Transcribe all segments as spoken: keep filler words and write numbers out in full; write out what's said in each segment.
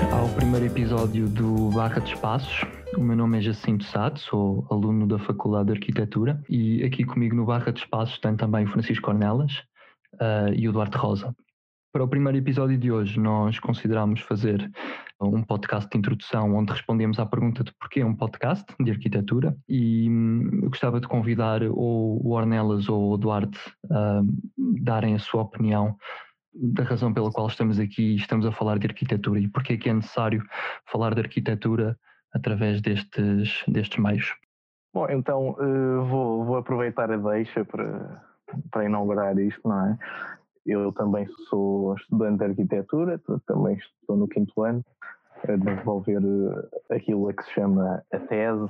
ao primeiro episódio do Barra de Espaços. O meu nome é Jacinto Sá, sou aluno da Faculdade de Arquitetura e aqui comigo no Barra de Espaços tem também o Francisco Ornelas uh, e o Duarte Rosa. Para o primeiro episódio de hoje nós consideramos fazer um podcast de introdução onde respondemos à pergunta de porquê um podcast de arquitetura e hum, eu gostava de convidar ou o Ornelas ou o Duarte a darem a sua opinião da razão pela qual estamos aqui e estamos a falar de arquitetura e porque é que é necessário falar de arquitetura através destes, destes meios. Bom, então uh, vou, vou aproveitar a deixa para, para inaugurar isto, não é? Eu também sou estudante de arquitetura, também estou no quinto ano a desenvolver aquilo a que se chama a tese.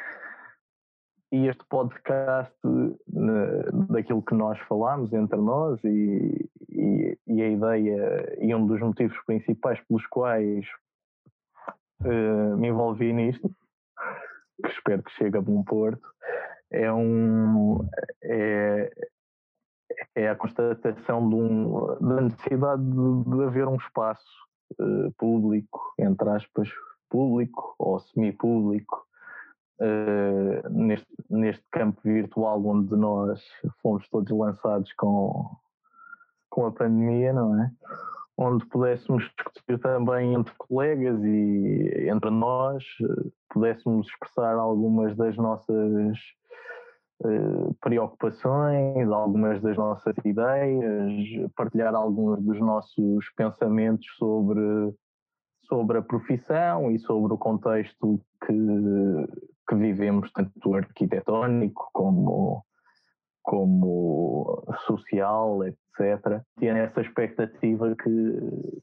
E este podcast, daquilo que nós falámos entre nós e, e, e a ideia e um dos motivos principais pelos quais uh, me envolvi nisto, que espero que chegue a bom porto, é, um, é, é a constatação de um, da necessidade de, de haver um espaço uh, público, entre aspas, público ou semi-público, Uh, neste, neste campo virtual onde nós fomos todos lançados com, com a pandemia, não é? Onde pudéssemos discutir também entre colegas e entre nós, uh, pudéssemos expressar algumas das nossas uh, preocupações, algumas das nossas ideias, partilhar alguns dos nossos pensamentos sobre, sobre a profissão e sobre o contexto que que vivemos, tanto arquitetónico como, como social, etcétera. Tinha essa expectativa que,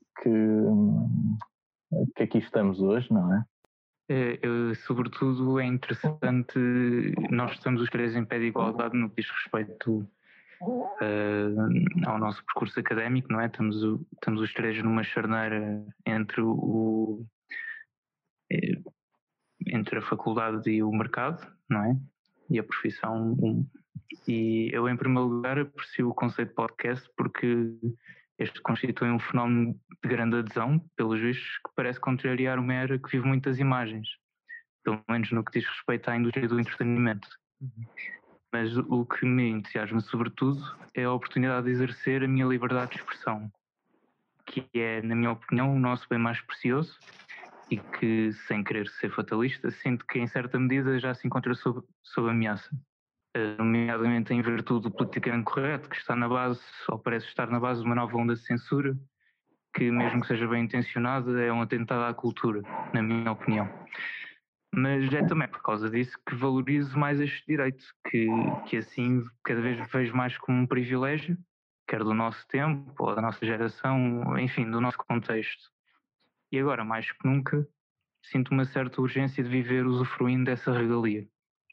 que, que aqui estamos hoje, não é? É, sobretudo é interessante, nós estamos os três em pé de igualdade no que diz respeito uh, ao nosso percurso académico, não é? Estamos, estamos os três numa charneira entre o... É, entre a faculdade e o mercado, não é? E a profissão. E eu, em primeiro lugar, aprecio o conceito de podcast porque este constitui um fenómeno de grande adesão, pelos vistos, que parece contrariar uma era que vive muitas imagens, pelo menos no que diz respeito à indústria do entretenimento. Uhum. Mas o que me entusiasma, sobretudo, é a oportunidade de exercer a minha liberdade de expressão, que é, na minha opinião, o nosso bem mais precioso, e que, sem querer ser fatalista, sinto que em certa medida já se encontra sob, sob ameaça, nomeadamente em virtude do politicamente correto, que está na base, ou parece estar na base de uma nova onda de censura, que mesmo que seja bem intencionada, é um atentado à cultura, na minha opinião. Mas é também por causa disso que valorizo mais este direito, que, que assim cada vez vejo mais como um privilégio, quer do nosso tempo, ou da nossa geração, enfim, do nosso contexto. E agora, mais que nunca, sinto uma certa urgência de viver usufruindo dessa regalia.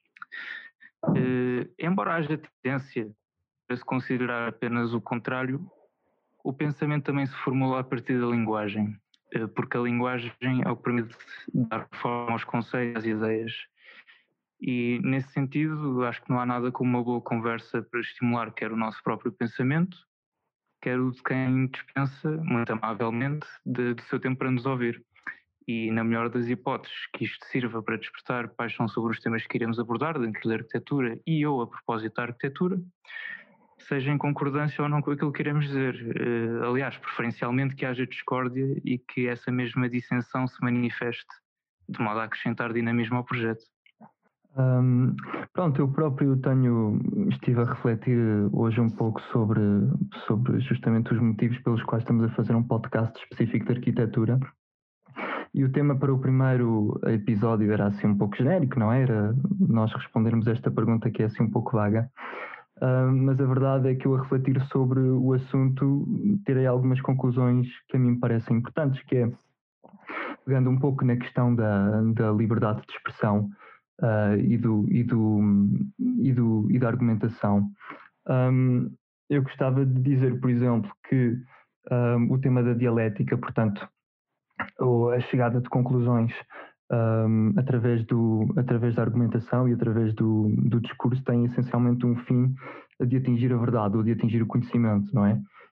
Uh, embora haja tendência a se considerar apenas o contrário, o pensamento também se formula a partir da linguagem, uh, porque a linguagem é o que permite dar forma aos conceitos, às ideias. E, nesse sentido, acho que não há nada como uma boa conversa para estimular quer o nosso próprio pensamento, quer o de quem dispensa, muito amavelmente, de, do seu tempo para nos ouvir. E, na melhor das hipóteses, que isto sirva para despertar paixão sobre os temas que iremos abordar dentro da arquitetura e ou a propósito da arquitetura, seja em concordância ou não com aquilo que iremos dizer. Uh, aliás, preferencialmente que haja discórdia e que essa mesma dissensão se manifeste, de modo a acrescentar dinamismo ao projeto. Um, pronto, eu próprio tenho, estive a refletir hoje um pouco sobre, sobre justamente os motivos pelos quais estamos a fazer um podcast específico de arquitetura e o tema para o primeiro episódio era assim um pouco genérico, não era? Nós respondermos a esta pergunta que é assim um pouco vaga, uh, mas a verdade é que eu a refletir sobre o assunto tirei algumas conclusões que a mim me parecem importantes, que é, pegando um pouco na questão da, da liberdade de expressão, Uh, e, do, e, do, e, do, e da argumentação. Um, eu gostava de dizer, por exemplo, que um, o tema da dialética, portanto, ou a chegada de conclusões um, através, do, através da argumentação e através do, do discurso tem essencialmente um fim de atingir a verdade ou de atingir o conhecimento, não é?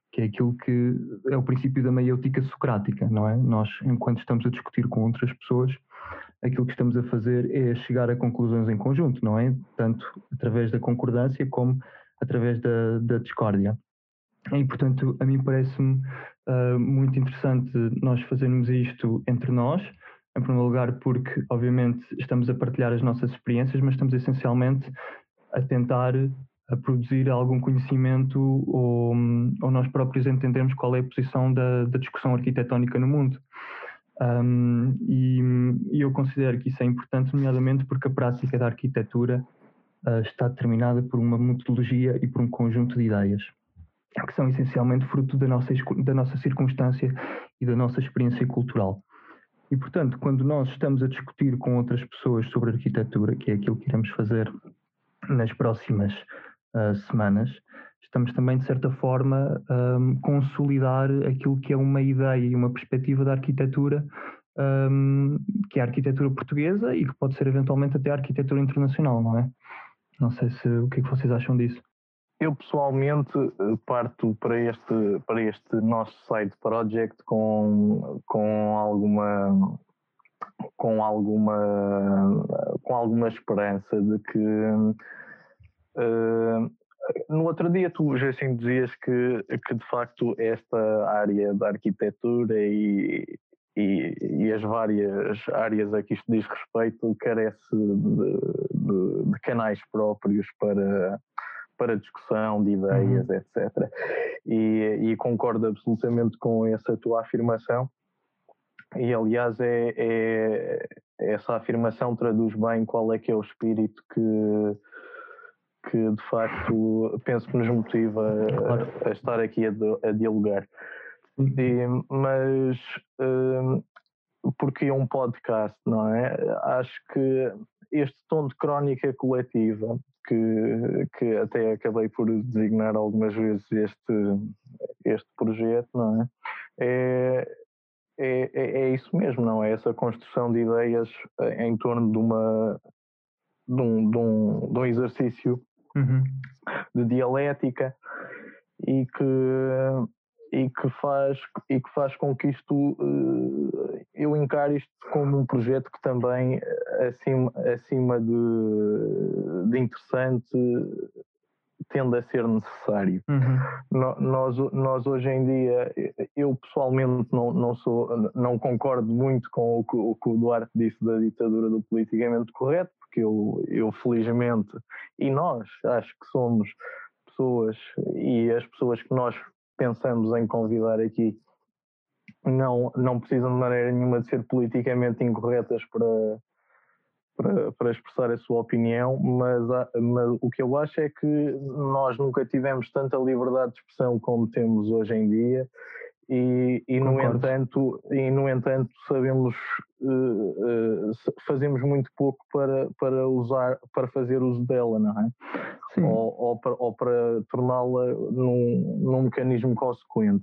que é aquilo que é o princípio da maiêutica socrática, não é? Nós, enquanto estamos a discutir com outras pessoas, aquilo que estamos a fazer é chegar a conclusões em conjunto, não é? Tanto através da concordância como através da, da discórdia. E, portanto, a mim parece-me uh, muito interessante nós fazermos isto entre nós, em primeiro lugar porque, obviamente, estamos a partilhar as nossas experiências, mas estamos essencialmente a tentar a produzir algum conhecimento ou, ou nós próprios entendermos qual é a posição da, da discussão arquitetónica no mundo. Um, e, e eu considero que isso é importante, nomeadamente porque a prática da arquitetura uh, está determinada por uma metodologia e por um conjunto de ideias, que são essencialmente fruto da nossa, da nossa circunstância e da nossa experiência cultural. E, portanto, quando nós estamos a discutir com outras pessoas sobre arquitetura, que é aquilo que iremos fazer nas próximas uh, semanas, estamos também, de certa forma, um, consolidar aquilo que é uma ideia e uma perspectiva da arquitetura, um, que é a arquitetura portuguesa e que pode ser eventualmente até a arquitetura internacional, não é? Não sei se, o que é que vocês acham disso? Eu pessoalmente parto para este, para este nosso side project com, com alguma com alguma com alguma esperança de que uh, no outro dia tu já assim dizias que, que de facto esta área da arquitetura e, e, e as várias áreas a que isto diz respeito carece de, de, de canais próprios para para discussão de ideias, uhum. etcétera. E, e concordo absolutamente com essa tua afirmação. E, aliás, é, é, essa afirmação traduz bem qual é que é o espírito que, que de facto, penso que nos motiva a, a estar aqui a, a dialogar. E, mas, um, porque é um podcast, não é? Acho que este tom de crónica coletiva, que, que até acabei por designar algumas vezes este, este projeto, não é? É, é, é isso mesmo, não é? Essa construção de ideias em torno de, uma, de, um, de, um, de um exercício uhum. de dialética e que, e, que faz, e que faz com que isto, eu encaro isto como um projeto que também, acima, acima de, de interessante, tende a ser necessário. Uhum. Nós, nós hoje em dia, eu pessoalmente não, não, sou, não concordo muito com o que, o que o Duarte disse da ditadura do politicamente correto, porque eu, eu felizmente, e nós acho que somos pessoas, e as pessoas que nós pensamos em convidar aqui não, não precisam de maneira nenhuma de ser politicamente incorretas para, para, para expressar a sua opinião, mas, mas o que eu acho é que nós nunca tivemos tanta liberdade de expressão como temos hoje em dia e, e, no, entanto, e no entanto sabemos, uh, uh, fazemos muito pouco para, para, usar, para fazer uso dela, não é? Ou, ou para, ou para torná-la num, num mecanismo consequente.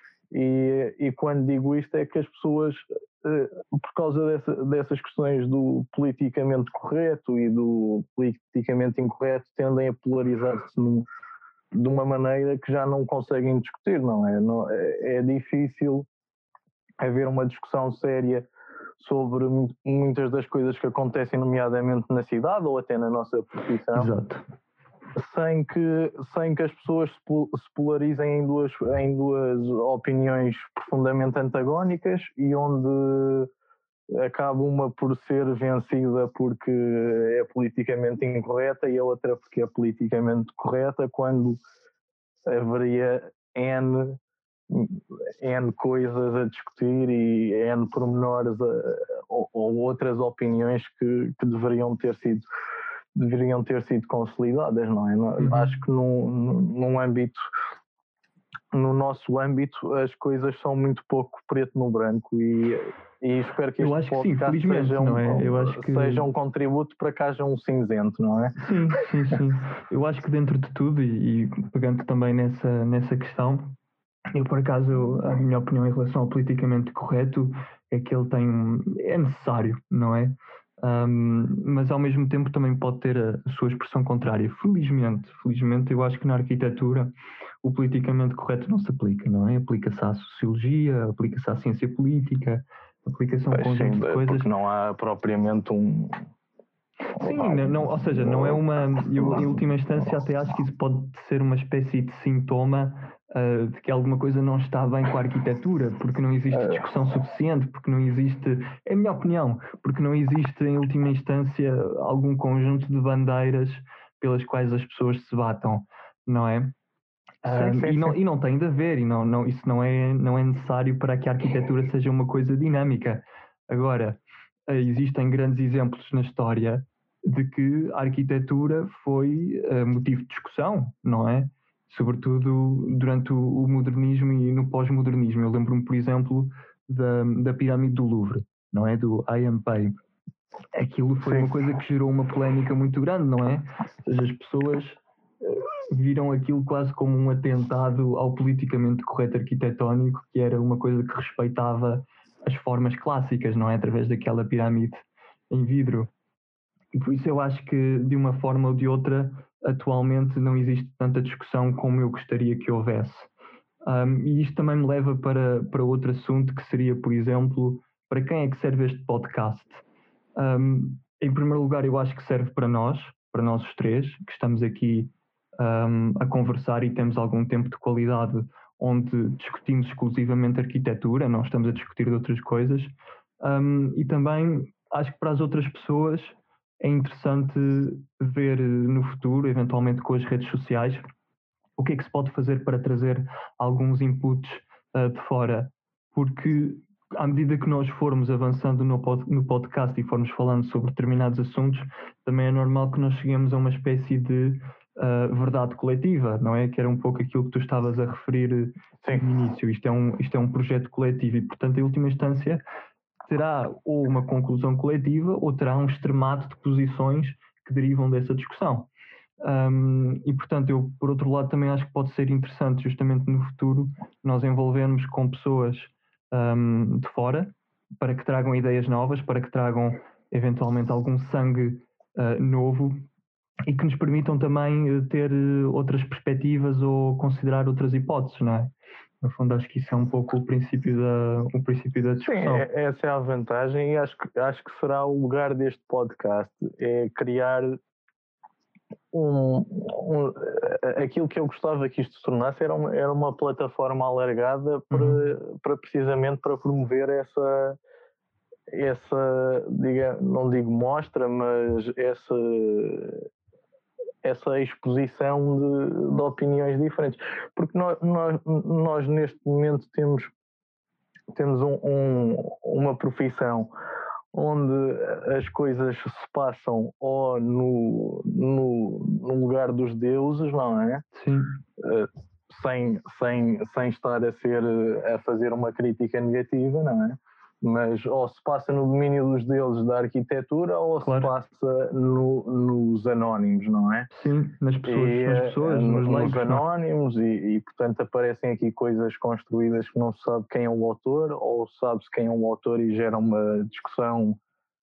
E, e quando digo isto é que as pessoas, por causa dessa, dessas questões do politicamente correto e do politicamente incorreto, tendem a polarizar-se num, de uma maneira que já não conseguem discutir, não é? Não, é, é difícil haver uma discussão séria sobre muitas das coisas que acontecem, nomeadamente na cidade ou até na nossa profissão. Exato. Sem que, sem que as pessoas se polarizem em duas, em duas opiniões profundamente antagónicas e onde acaba uma por ser vencida porque é politicamente incorreta e a outra porque é politicamente correta, quando haveria N, N coisas a discutir e N pormenores a, ou, ou outras opiniões que, que deveriam ter sido deveriam ter sido consolidadas, não é? Uhum. Acho que num, num âmbito, no nosso âmbito, as coisas são muito pouco preto no branco e, e espero que este podcast seja, um, é? Eu acho que... seja um contributo para que haja um cinzento, não é? Sim, sim, sim. Eu acho que dentro de tudo, e, e pegando também nessa, nessa questão, eu por acaso, a minha opinião em relação ao politicamente correto é que ele tem, é necessário, não é? Um, mas ao mesmo tempo também pode ter a, a sua expressão contrária. Felizmente, felizmente eu acho que na arquitetura o politicamente correto não se aplica, não é? Aplica-se à sociologia, aplica-se à ciência política, aplica-se a um Pois conjunto sim, de coisas. porque não há propriamente um... Sim, não, não, ou seja, não é uma... Eu, em última instância, até acho que isso pode ser uma espécie de sintoma uh, de que alguma coisa não está bem com a arquitetura, porque não existe discussão suficiente, porque não existe... É a minha opinião, porque não existe, em última instância, algum conjunto de bandeiras pelas quais as pessoas se batam, não é? Sim, sim, Um, e, não, sim. e não tem de haver, e não, não, isso não é, não é necessário para que a arquitetura seja uma coisa dinâmica. Agora, uh, existem grandes exemplos na história de que a arquitetura foi uh, motivo de discussão, não é? Sobretudo durante o, o modernismo e no pós-modernismo. Eu lembro-me, por exemplo, da, da pirâmide do Louvre, não é? Do I M P. Aquilo foi Sim. uma coisa que gerou uma polémica muito grande, não é? Ou seja, as pessoas uh, viram aquilo quase como um atentado ao politicamente correto arquitetónico, que era uma coisa que respeitava as formas clássicas, não é? Através daquela pirâmide em vidro. E por isso eu acho que, de uma forma ou de outra, atualmente não existe tanta discussão como eu gostaria que houvesse. Um, e isto também me leva para, para outro assunto, que seria, por exemplo, para quem é que serve este podcast? Um, em primeiro lugar, eu acho que serve para nós, para nós os três, que estamos aqui um, a conversar e temos algum tempo de qualidade onde discutimos exclusivamente arquitetura, não estamos a discutir de outras coisas. Um, e também acho que para as outras pessoas é interessante ver no futuro, eventualmente com as redes sociais, o que é que se pode fazer para trazer alguns inputs uh, de fora, porque à medida que nós formos avançando no, pod, no podcast e formos falando sobre determinados assuntos, também é normal que nós cheguemos a uma espécie de uh, verdade coletiva, não é? Que era um pouco aquilo que tu estavas a referir Sim. no início. Isto é, um, isto é um projeto coletivo e, portanto, em última instância, terá ou uma conclusão coletiva ou terá um extremato de posições que derivam dessa discussão. Um, e, portanto, eu, por outro lado, também acho que pode ser interessante, justamente no futuro, nós envolvermos com pessoas um, de fora, para que tragam ideias novas, para que tragam, eventualmente, algum sangue uh, novo e que nos permitam também ter outras perspectivas ou considerar outras hipóteses, não é? No fundo, acho que isso é um pouco o princípio da, o princípio da discussão. Sim, essa é a vantagem e acho que, acho que será o lugar deste podcast, é criar um, um, aquilo que eu gostava que isto se tornasse era uma, era uma plataforma alargada para, uhum. para precisamente para promover essa, essa diga, não digo mostra, mas essa essa exposição de, de opiniões diferentes, porque nós, nós, nós neste momento temos, temos um, um, uma profissão onde as coisas se passam ou no, no, no lugar dos deuses, não é? Sim. Uh, sem, sem, sem estar a, ser, a fazer uma crítica negativa, não é? Mas ou se passa no domínio dos deuses da arquitetura ou claro. se passa no, nos anónimos, não é? Sim, nas pessoas, e, nas pessoas, nos, nos leigos, nos anónimos e, e, portanto, aparecem aqui coisas construídas que não se sabe quem é o autor ou sabe-se quem é o autor e gera uma discussão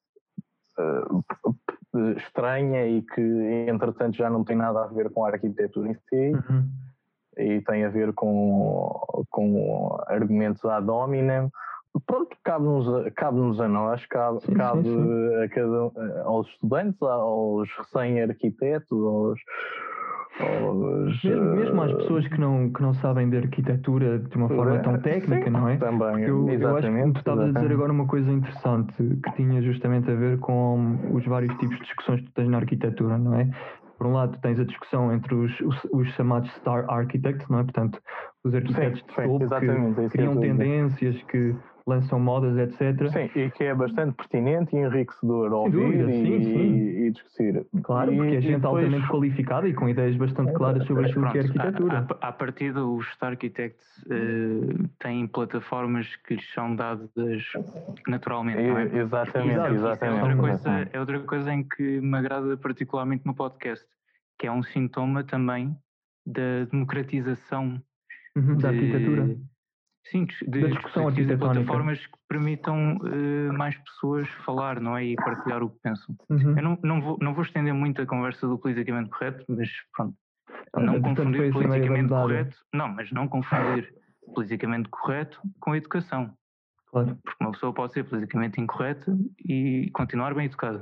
uh, estranha e que, entretanto, já não tem nada a ver com a arquitetura em si. Uhum. E tem a ver com, com argumentos ad hominem. Pronto, cabe-nos, cabe-nos a nós, cabe, sim, cabe sim, sim. A cada, aos estudantes, aos recém-arquitetos, aos, aos mesmo, mesmo às pessoas que não, que não sabem de arquitetura de uma forma tão técnica, sim, não é? Também, eu, eu acho que tu estavas a dizer agora uma coisa interessante que tinha justamente a ver com os vários tipos de discussões que tu tens na arquitetura, não é? Por um lado, tens a discussão entre os, os, os chamados star architects, não é? Portanto, os arquitetos sim, de topo que criam tendências, que lançam modas, etcétera. Sim, e que é bastante pertinente e enriquecedor ouvir dúvida, e, sim, sim. e, e discutir. Claro, porque é e, gente e depois... altamente qualificada e com ideias bastante claras sobre Mas aquilo pronto, que é arquitetura. À partida, os Star Architects uh, têm plataformas que lhes são dadas naturalmente, não é? Exatamente, isso, exatamente. Isso é, outra coisa, é outra coisa em que me agrada particularmente no podcast, que é um sintoma também da democratização uhum, de, da arquitetura. Sim, de, da discussão de arquitetónica. plataformas que permitam uh, mais pessoas falar, não é? E partilhar o que pensam. Uhum. Eu não, não, vou, não vou estender muito a conversa do politicamente correto, mas pronto. Ah, não portanto, confundir foi assim politicamente correto. Não, mas não confundir politicamente correto com educação. Claro. Porque uma pessoa pode ser politicamente incorreta e continuar bem educada.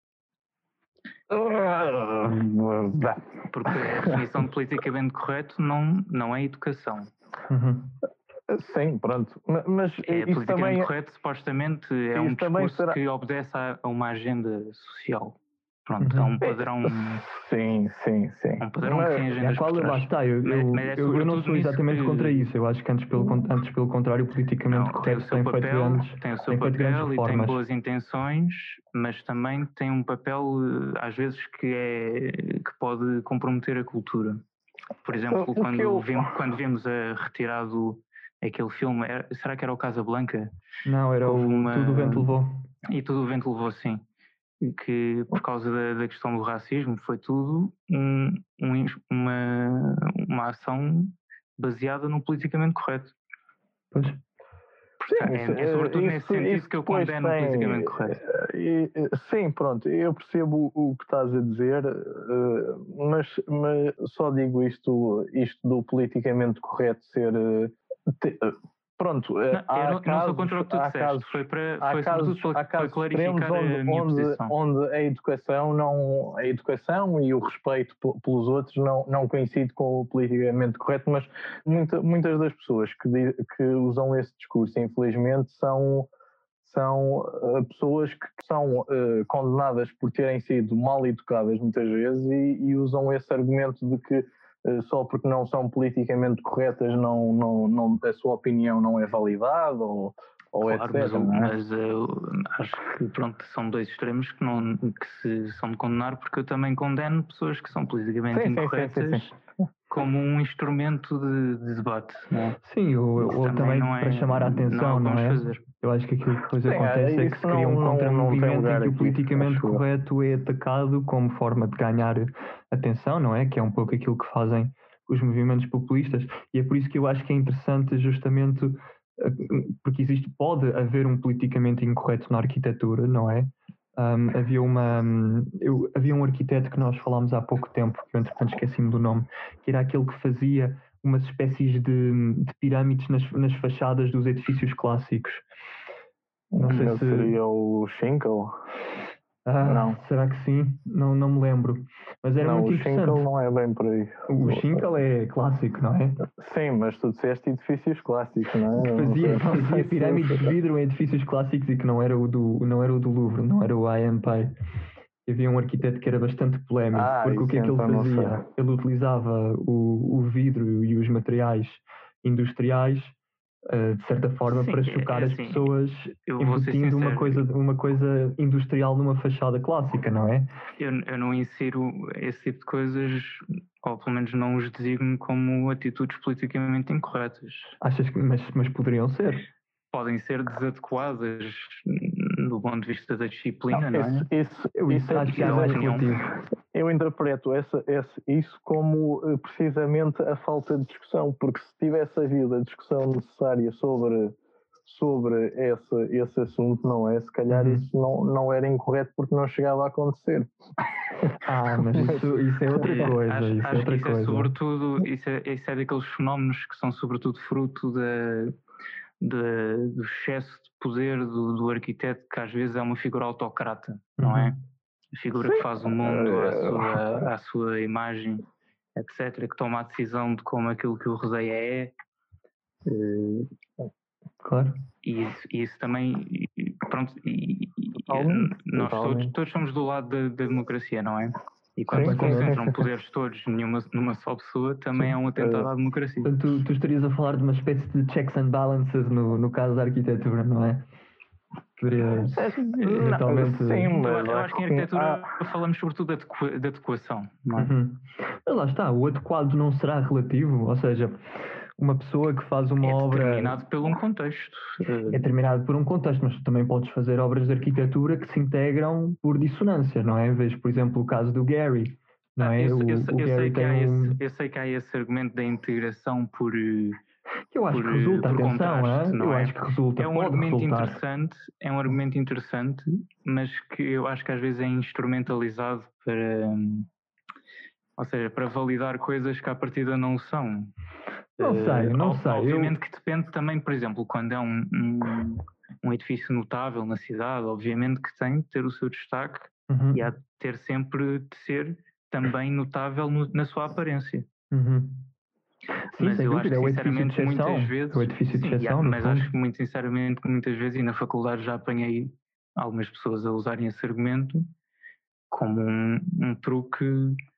Porque a definição de politicamente correto não, não é educação. Uhum. Sim, pronto. Mas é isso politicamente também correto, supostamente é um discurso será... que obedece a, a uma agenda social. Pronto, uhum. há um padrão. Sim, sim, sim. Um padrão mas, que tem agendas qual, por trás. lá está, eu, eu, mas, mas é eu, eu não sou exatamente que... contra isso. Eu acho que antes pelo, antes pelo contrário, o politicamente não, correto tem, tem, feito grandes, tem o seu tem feito grandes papel e reformas. tem boas intenções, mas também tem um papel, às vezes, que, é, que pode comprometer a cultura. Por exemplo, quando, eu... vimos, quando vimos a retirado aquele filme, era, será que era o Casablanca? Não, era o uma... Tudo o Vento Levou. E Tudo o Vento Levou, sim. Que por causa da, da questão do racismo foi tudo um, um, uma, uma ação baseada no politicamente correto. Pois. Portanto, sim, é, é sobretudo isso, nesse sentido isso que eu condeno o politicamente correto. Sim, pronto, eu percebo o que estás a dizer, mas, mas só digo isto, isto do politicamente correto ser... Pronto, não, há eu não, casos, não sou contra o que tu disseste, casos, foi para, há foi casos, para, há casos para clarificar onde, a minha onde, posição. onde a educação, não, a educação e o respeito pelos outros não, não coincide com o politicamente correto, mas muita, muitas das pessoas que, que usam esse discurso, infelizmente, são, são uh, pessoas que são uh, condenadas por terem sido mal educadas muitas vezes e, e usam esse argumento de que só porque não são politicamente corretas não, não, não, a sua opinião não é validada ou, ou claro, etcétera. Mas, não é? mas eu acho que pronto, são dois extremos que, não, que se são de condenar, porque eu também condeno pessoas que são politicamente sim, incorretas sim, sim, sim. como um instrumento de, de debate. Não é? Sim, ou, ou também, também não é, para chamar a atenção, não, não é? Fazer. Eu acho que aquilo que depois sim, acontece é que se cria um contramovimento em que o politicamente correto é atacado como forma de ganhar atenção, não é? Que é um pouco aquilo que fazem os movimentos populistas, e é por isso que eu acho que é interessante justamente porque existe, pode haver um politicamente incorreto na arquitetura, não é? Um, havia uma eu, havia um arquiteto que nós falámos há pouco tempo, que eu entretanto esqueci-me do nome, que era aquele que fazia umas espécies de, de pirâmides nas, nas fachadas dos edifícios clássicos. Não sei se seria o Schinkel. Ah, não. Será que sim? Não, não me lembro. Mas era não, muito interessante. O Schinkel não é bem por aí. O Schinkel é clássico, não é? Sim, mas tu disseste edifícios clássicos, não é? Que fazia, fazia pirâmides de vidro em edifícios clássicos e que não era o do, não era o do Louvre, não era o I M P. Havia um arquiteto que era bastante polémico, ah, porque o que é que ele fazia? Ele utilizava o, o vidro e os materiais industriais Uh, de certa forma, sim, para chocar é, é, as assim, pessoas, embutindo uma coisa, uma coisa industrial numa fachada clássica, não é? Eu, eu não insiro esse tipo de coisas, ou pelo menos não os designo como atitudes politicamente incorretas. Achas que, mas, mas poderiam ser? Podem ser desadequadas do ponto de vista da disciplina, não, não é? Isso, isso, eu isso acho que é mais relativo. Eu interpreto essa, essa, isso como precisamente a falta de discussão, porque se tivesse havido a discussão necessária sobre, sobre esse, esse assunto, não é? Se calhar uhum. isso não, não era incorreto porque não chegava a acontecer. Ah, mas isso, isso é outra coisa. Acho, isso acho é outra que isso coisa. é sobretudo, isso é, isso é daqueles fenómenos que são sobretudo fruto da, da, do excesso de poder do, do arquiteto, que às vezes é uma figura autocrata, uhum. não é? A figura Sim. que faz o mundo à sua, à sua imagem, etcétera, que toma a decisão de como aquilo que o rodeia é. Claro. E isso, isso também, pronto, e, totalmente, e nós totalmente. todos, todos somos do lado da, da democracia, não é? E quando Sim, se concentram poderes todos numa, numa só pessoa, também Sim. é um atentado à democracia. Portanto, tu, tu estarias a falar de uma espécie de checks and balances no, no caso da arquitetura, não é? Poderias eventualmente... Sim, mas eu, eu acho que em arquitetura ah. falamos sobretudo de adequação, não é? Uhum. Mas lá está, o adequado não será relativo, ou seja, uma pessoa que faz uma é obra... É determinado por um contexto. É determinado por um contexto, mas tu também podes fazer obras de arquitetura que se integram por dissonância, não é? Vejo, por exemplo, o caso do Gehry, não ah, é? Eu, o, eu, o eu, Gehry sei que tem há um... esse, eu sei que há esse argumento da integração por... Que Eu acho por, que resulta, por atenção, contraste, é? não Eu é? acho que resulta, É um pode argumento resultar. interessante, é um argumento interessante, mas que eu acho que às vezes é instrumentalizado para, ou seja, para validar coisas que à partida não são. Não sei, não uh, sei. Obviamente eu... que depende também, por exemplo, quando é um, um, um edifício notável na cidade, obviamente que tem de ter o seu destaque Uhum. e há de ter sempre de ser também notável no, na sua aparência. Uhum. Sim, Mas sem eu dúvida, acho que é o edifício de sinceramente exceção. muitas vezes, É o edifício de sim, exceção, no mas fundo. acho que muito sinceramente que muitas vezes, e na faculdade já apanhei algumas pessoas a usarem esse argumento como um, um truque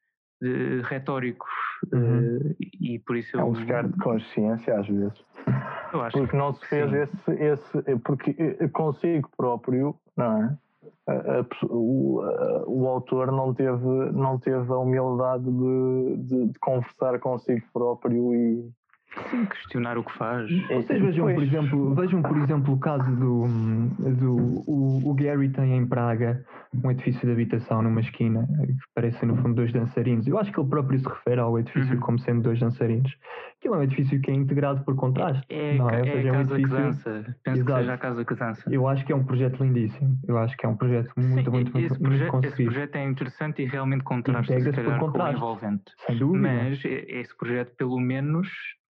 de, retórico. Uhum. Uh, e por isso eu... É um descargo de consciência às vezes. Eu acho porque não se fez esse, esse. Porque consigo próprio, não é? A, a, o, a, o autor não teve, não teve a humildade de, de, de conversar consigo próprio e. Sim, questionar o que faz. Vocês vejam, Pois. por exemplo, vejam, por exemplo, o caso do, do o, o Gary tem em Praga um edifício de habitação numa esquina que parecem no fundo dois dançarinos. Eu acho que ele próprio se refere ao edifício Uhum. como sendo dois dançarinos. Aquilo é um edifício que é integrado por contraste. É, não é? Ou é seja, a é um casa edifício... que dança. Penso Exato. que seja a casa que dança. Eu acho que é um projeto lindíssimo. Eu acho que é um projeto muito, Sim, muito, esse muito, proje- muito conseguido. Esse projeto é interessante e realmente contrasta, se Integra-se por calhar, com o contraste, envolvente. sem dúvida. Mas esse projeto, pelo menos,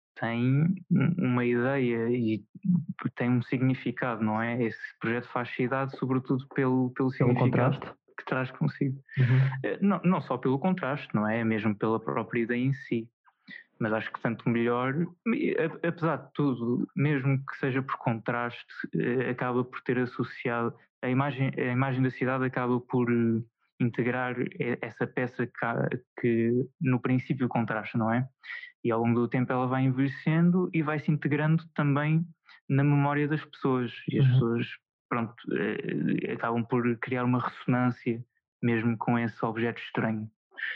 tem uma ideia e tem um significado, não é? Esse projeto faz cidade, sobretudo pelo, pelo, pelo significado contraste que traz consigo. Uhum. Não, não só pelo contraste, não é? Mesmo pela própria ideia em si. Mas acho que tanto melhor, apesar de tudo, mesmo que seja por contraste, acaba por ter associado, a imagem, a imagem da cidade acaba por integrar essa peça que, que no princípio contrasta, não é? E ao longo do tempo ela vai envelhecendo e vai se integrando também na memória das pessoas. E as uhum. pessoas, pronto, acabam por criar uma ressonância mesmo com esse objeto estranho.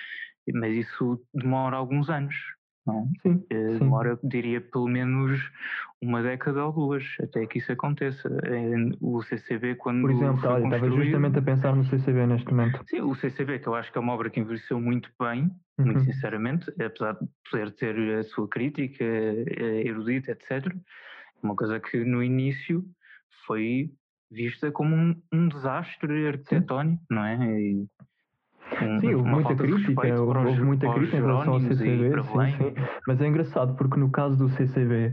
Mas isso demora alguns anos. Não? Sim, demora, sim. diria, pelo menos uma década ou duas até que isso aconteça. O C C B, quando Por exemplo, foi olha, construído... estava justamente a pensar no C C B neste momento. Sim, o C C B, que eu acho que é uma obra que envelheceu muito bem, uhum. muito sinceramente, apesar de poder ter a sua crítica erudita, etcétera. Uma coisa que no início foi vista como um, um desastre arquitetónico, Sim. não é? E, Um, sim, houve muita crítica, houve, houve muita crítica em relação ao C C B, sim, sim. Mas é engraçado porque no caso do C C B,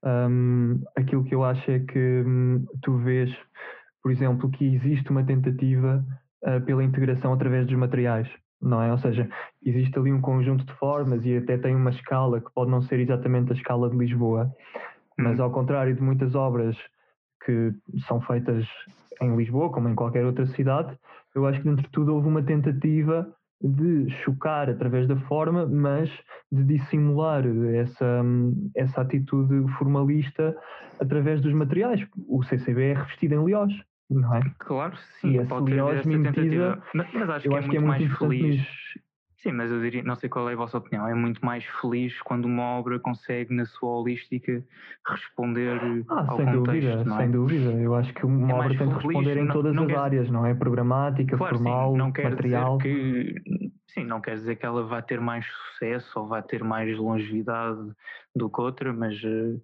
um, aquilo que eu acho é que um, tu vês, por exemplo, que existe uma tentativa uh, pela integração através dos materiais, não é? Ou seja, existe ali um conjunto de formas e até tem uma escala que pode não ser exatamente a escala de Lisboa, mas ao contrário de muitas obras que são feitas em Lisboa, como em qualquer outra cidade, eu acho que dentro de tudo houve uma tentativa de chocar através da forma, mas de dissimular essa, essa atitude formalista através dos materiais. O C C B é revestido em liós, não é? Claro, sim, e pode ter essa tentativa, mas, mas acho eu que acho é muito, que é muito mais feliz. Nisso. Sim, mas eu diria, não sei qual é a vossa opinião, é muito mais feliz quando uma obra consegue, na sua holística, responder ah, ao sem contexto, dúvida, não é? sem dúvida. Eu acho que uma é obra tem de responder em todas não, não as áreas, não é? Programática, claro, formal, sim, não quer material. Dizer que, sim, não quer dizer que ela vá ter mais sucesso ou vá ter mais longevidade do que outra, mas uh,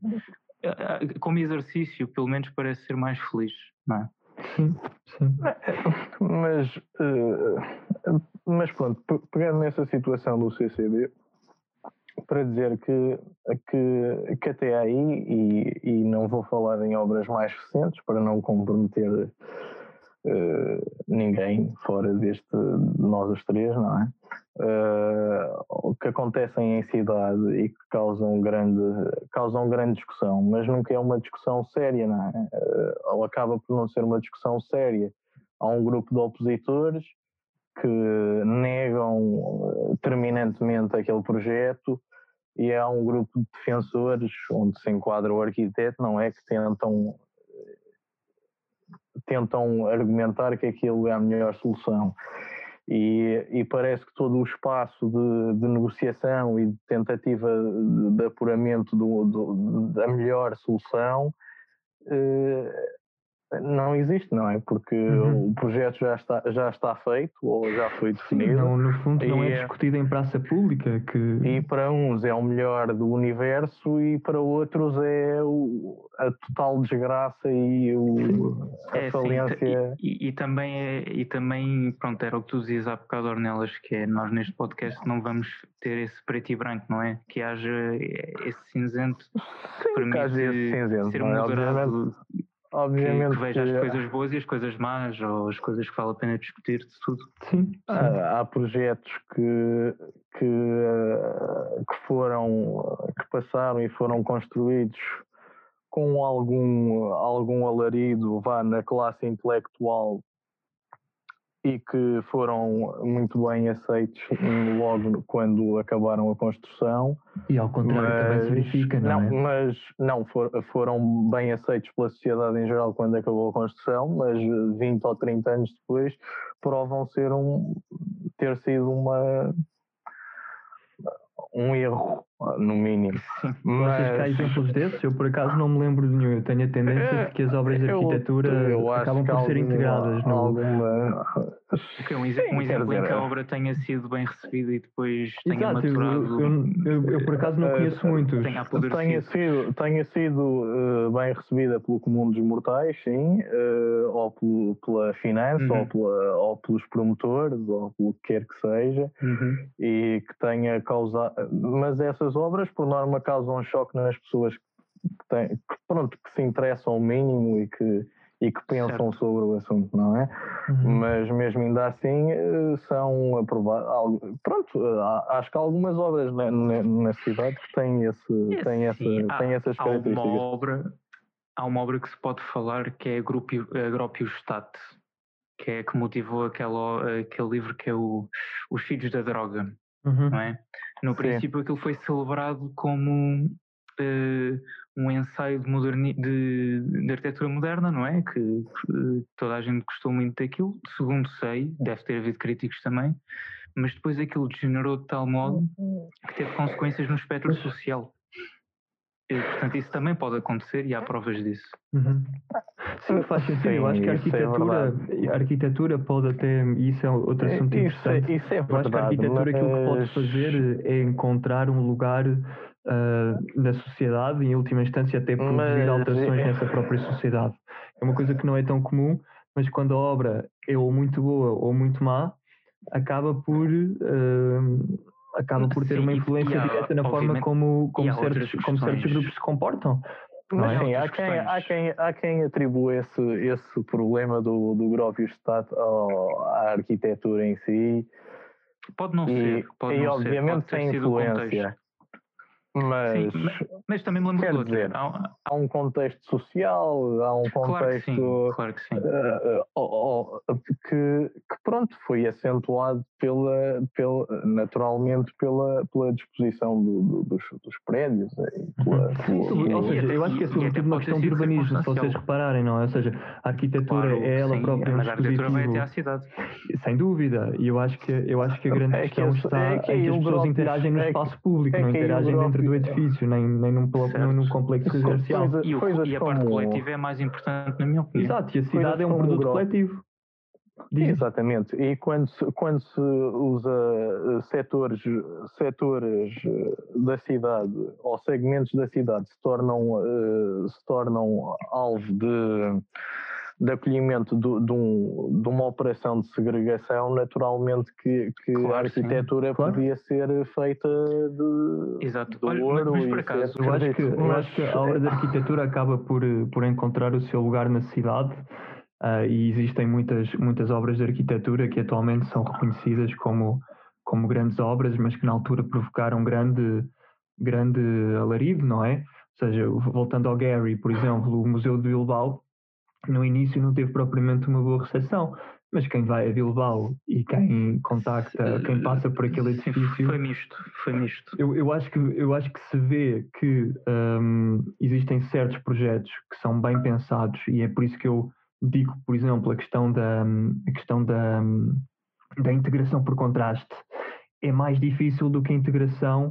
como exercício, pelo menos parece ser mais feliz, não é? Sim, sim. Mas, uh, mas pronto, pegando nessa situação do C C B, para dizer que, que, que até aí, e, e não vou falar em obras mais recentes para não comprometer uh, ninguém fora deste, de nós os três, não é? Uh, que acontecem em cidade e que causam grande, causam grande discussão, mas nunca é uma discussão séria, não é? Uh, ou acaba por não ser uma discussão séria. Há um grupo de opositores que negam terminantemente aquele projeto e há um grupo de defensores onde se enquadra o arquiteto, não é? Que tentam tentam argumentar que aquilo é a melhor solução. E, e parece que todo o espaço de, de negociação e de tentativa de, de apuramento do, do, da melhor solução eh, não existe, não é? Porque Uhum. o projeto já está, já está feito ou já foi definido. Sim, não, no fundo não e, é discutido em praça pública. Que... E para uns é o melhor do universo e para outros é o, a total desgraça e o, a é, falência. Sim, e, e, e, também, é, e também, pronto, era o que tu dizias há bocado, Ornelas, que é nós neste podcast não vamos ter esse preto e branco, não é? Que haja esse cinzento que Sim, permite que esse cinzento, ser não é? moderado. Obviamente. Obviamente que, que veja que... as coisas boas e as coisas más, ou as coisas que vale a pena discutir, de tudo. Sim, sim. Há, há projetos que, que, que foram, que passaram e foram construídos com algum, algum alarido, vá, na classe intelectual e que foram muito bem aceitos logo quando acabaram a construção. E ao contrário mas, também se verifica, não, não é? Mas não for, foram bem aceitos pela sociedade em geral quando acabou a construção, mas vinte ou trinta anos depois provam ser um, ter sido uma, um erro, no mínimo. Mas... Achas que há exemplos desses? Eu por acaso não me lembro de nenhum. Eu tenho a tendência de que as obras de arquitetura eu, eu acabam por ser integradas no... alguma... Okay, um, ex- um exemplo em que a obra tenha sido bem recebida e depois tenha Exato, maturado... Eu, eu, eu por acaso não conheço uh, muitos. Tenha, tenha sido, tenha sido uh, bem recebida pelo comum dos mortais, sim, uh, ou pelo, pela finança, uhum. ou, pela, ou pelos promotores, ou pelo que quer que seja, uhum. e que tenha causado... Mas essas obras, por norma, causam um choque nas pessoas que, têm, que, pronto, que se interessam ao mínimo e que, e que pensam certo. Sobre o assunto, não é? Uhum. Mas mesmo ainda assim são aprovadas. Pronto, acho que há algumas obras na, na, na cidade que têm, esse, é, têm, essa, sim, têm há, essas há características. Uma obra, há uma obra que se pode falar que é a Gropiusstadt, que é que motivou aquela, aquele livro que é o Os Filhos da Droga. Uhum. Não é? No Sim. princípio aquilo foi celebrado como uh, um ensaio de, moderni- de, de arquitetura moderna, não é? Que uh, toda a gente gostou muito daquilo, segundo sei, deve ter havido críticos também, mas depois aquilo degenerou de tal modo que teve consequências no espectro social. E, portanto, isso também pode acontecer e há provas disso. Uhum. Sim, faz sentido. Sim, eu acho que a arquitetura, é a arquitetura pode até, e isso é outro assunto isso, interessante, isso é verdade, eu acho que a arquitetura mas... aquilo que pode fazer é encontrar um lugar uh, na sociedade e em última instância até produzir mas... alterações nessa própria sociedade. É uma coisa que não é tão comum, mas quando a obra é ou muito boa ou muito má, acaba por... Uh, acaba por ter sim, uma influência há, direta na forma como, como, certos, como certos grupos se comportam. Mas é? sim, há quem, há, quem, há quem atribua esse, esse problema do, do Gropiusstadt à arquitetura em si. Pode não e, ser, pode e não obviamente ser, pode ter tem sido influência. Mas, sim, mas, mas também me lembro quer de dizer, há, há um contexto social, há um contexto claro que sim, claro que, sim. Uh, uh, uh, que, que pronto, foi acentuado pela, pela, naturalmente pela, pela disposição do, do, dos, dos prédios. E pela, uhum. Sim, pela, ou seja, eu acho que é sobretudo uma questão de urbanismo, se vocês repararem, não é? Ou seja, a arquitetura claro, é ela sim, própria um mas dispositivo. A arquitetura vai até à cidade. Sem dúvida, e eu acho que, eu acho que a grande é questão que está é que em que as pessoas Gropius, interagem no espaço público, é não interagem dentro do edifício, nem, nem, num, nem num complexo residencial. Coisa, e, o, e a parte coletiva é mais importante, na minha opinião. Exato, e a cidade é um produto coletivo. Diz. Exatamente, e quando se, quando se usa setores, setores da cidade ou segmentos da cidade se tornam, se tornam alvo de, de acolhimento de, de, um, de uma operação de segregação, naturalmente que, que claro, a arquitetura claro. podia ser feita de, Exato. de Olha, ouro. Mas, e por acaso, eu acho, que, eu acho que a obra de arquitetura acaba por, por encontrar o seu lugar na cidade. Uh, e existem muitas, muitas obras de arquitetura que atualmente são reconhecidas como, como grandes obras, mas que na altura provocaram grande, grande alarido, não é? Ou seja, voltando ao Gehry, por exemplo, o Museu de Bilbao, no início não teve propriamente uma boa recepção, mas quem vai a Bilbao e quem contacta, quem passa por aquele edifício... Foi misto, foi misto. Eu, eu, acho, que, eu acho que se vê que um, existem certos projetos que são bem pensados e é por isso que eu digo, por exemplo, a questão da, a questão da, da integração por contraste é mais difícil do que a integração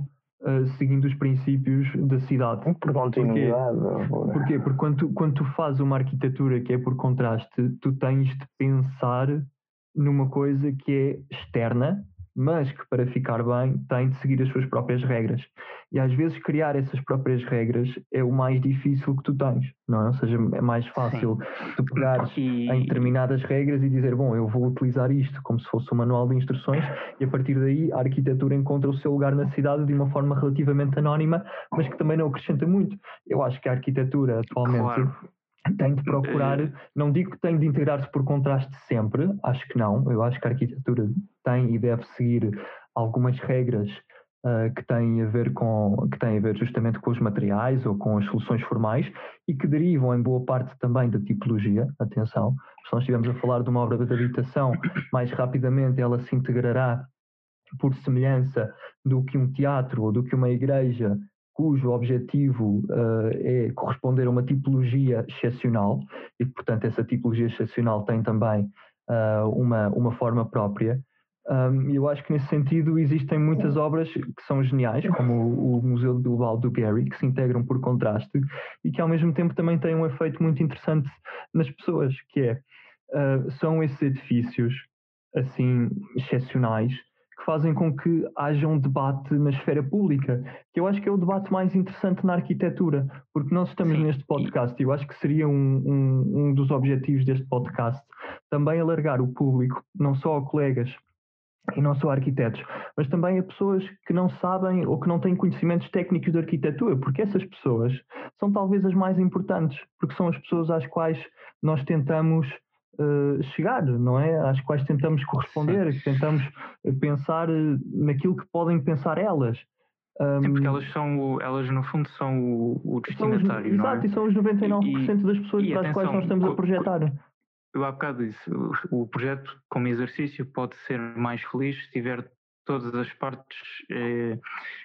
uh, seguindo os princípios da cidade. Por continuidade. Porquê? Porquê? Porque quando tu, quando tu fazes uma arquitetura que é por contraste, tu tens de pensar numa coisa que é externa, mas que para ficar bem tem de seguir as suas próprias regras. E às vezes criar essas próprias regras é o mais difícil que tu tens, não é? Ou seja, é mais fácil Sim. tu pegares e... em determinadas regras e dizer, bom, eu vou utilizar isto como se fosse um manual de instruções e a partir daí a arquitetura encontra o seu lugar na cidade de uma forma relativamente anónima, mas que também não acrescenta muito. Eu acho que a arquitetura atualmente... Claro. Tem de procurar, não digo que tem de integrar-se por contraste sempre, acho que não, eu acho que a arquitetura tem e deve seguir algumas regras uh, que têm a ver com, que têm a ver justamente com os materiais ou com as soluções formais e que derivam em boa parte também da tipologia, atenção, se nós estivermos a falar de uma obra de habitação, mais rapidamente ela se integrará por semelhança do que um teatro ou do que uma igreja, cujo objetivo uh, é corresponder a uma tipologia excepcional e, portanto, essa tipologia excepcional tem também uh, uma, uma forma própria. Um, eu acho que, nesse sentido, existem muitas obras que são geniais, como o, o Museu de Bilbao do Gehry, que se integram por contraste e que, ao mesmo tempo, também têm um efeito muito interessante nas pessoas, que é, uh, são esses edifícios, assim, excepcionais, que fazem com que haja um debate na esfera pública, que eu acho que é o debate mais interessante na arquitetura, porque nós estamos Sim. neste podcast e eu acho que seria um, um, um dos objetivos deste podcast também alargar o público, não só a colegas e não só a arquitetos, mas também a pessoas que não sabem ou que não têm conhecimentos técnicos de arquitetura, porque essas pessoas são talvez as mais importantes, porque são as pessoas às quais nós tentamos Uh, chegar, não é? Às quais tentamos corresponder, Sim. tentamos pensar naquilo que podem pensar elas. Um, Sim, porque elas são, elas no fundo são o, o destinatário, os, não exato, é? e são os noventa e nove por cento e, das pessoas e, para as quais nós estamos a projetar. Eu há bocado disse, o, o projeto como exercício pode ser mais feliz se tiver todas as partes eh,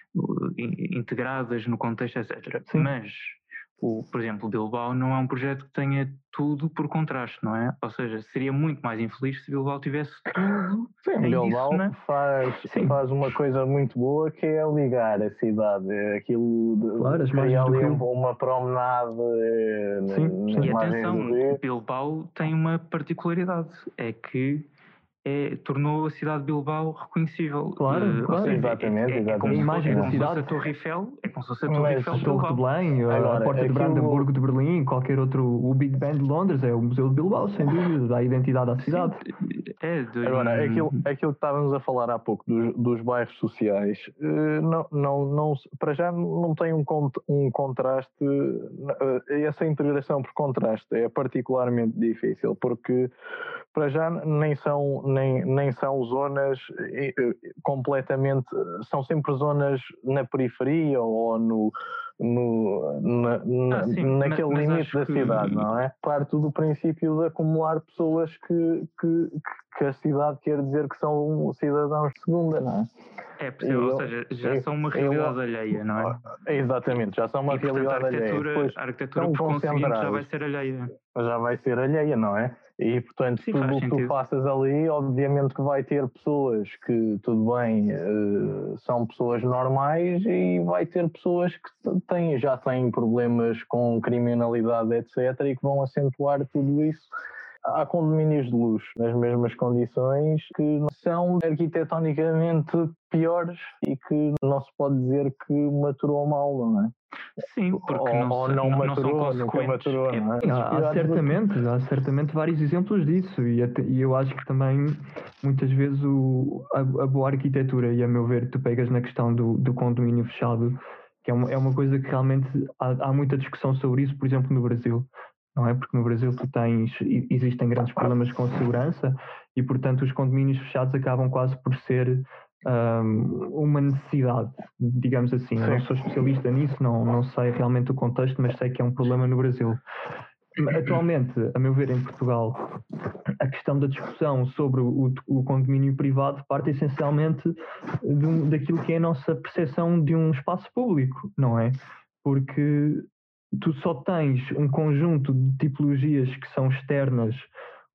integradas no contexto, etcétera. Sim. Mas O, por exemplo, o Bilbao não é um projeto que tenha tudo por contraste, não é? Ou seja, seria muito mais infeliz se Bilbao tivesse tudo. Sim, Bilbao disso, faz, faz uma coisa muito boa que é ligar a cidade. Aquilo de claro, criar ali uma promenade. Sim, sim. E atenção, Bilbao tem uma particularidade, é que É, tornou a cidade de Bilbao reconhecível. Claro, uh, claro. Seja, exatamente, é, é, é como a imagem se, da é cidade. Como se a Torre Eiffel, é como se fosse a Torre Eiffel de Bilbao. A Torre de Belém, Agora, a Porta aquilo... de Brandenburgo de Berlim, qualquer outro, o Big Ben de Londres, é o Museu de Bilbao, sem dúvida, dá identidade à cidade. Sim, é de... Agora, aquilo, aquilo que estávamos a falar há pouco dos, dos bairros sociais, não, não, não, para já não tem um, um contraste, essa integração por contraste é particularmente difícil, porque para já nem são, nem, nem são zonas completamente, são sempre zonas na periferia ou no, no, na, na, ah, sim, naquele mas, mas limite da que... cidade, não é? Parte do princípio de acumular pessoas que, que, que a cidade quer dizer que são cidadãos de segunda, não é? É possível, ou seja, já eu, são uma realidade eu, alheia, não é? Exatamente, já são uma e, realidade portanto, a alheia. Depois, a arquitetura, por conseguinte, já vai ser alheia. Já vai ser alheia, não é? E, portanto, Sim, tudo o que tu faças ali, obviamente que vai ter pessoas que, tudo bem, uh, são pessoas normais e vai ter pessoas que têm, já têm problemas com criminalidade, etcétera, e que vão acentuar tudo isso. Há condomínios de luxo nas mesmas condições que são arquitetonicamente piores e que não se pode dizer que maturou mal, não é? Sim, porque ou, não, ou não, não maturou, são nunca maturou, não é? Há, há, certamente, há certamente vários exemplos disso e, até, e eu acho que também muitas vezes o, a, a boa arquitetura, e a meu ver tu pegas na questão do, do condomínio fechado, que é uma, é uma coisa que realmente há, há muita discussão sobre isso, por exemplo, no Brasil. Não é? Porque no Brasil tu tens, existem grandes problemas com segurança e, portanto, os condomínios fechados acabam quase por ser um, uma necessidade, digamos assim. Eu não sou especialista nisso, não, não sei realmente o contexto, mas sei que é um problema no Brasil. Atualmente, a meu ver, em Portugal, a questão da discussão sobre o, o condomínio privado parte essencialmente de um, daquilo que é a nossa percepção de um espaço público, não é? Porque tu só tens um conjunto de tipologias que são externas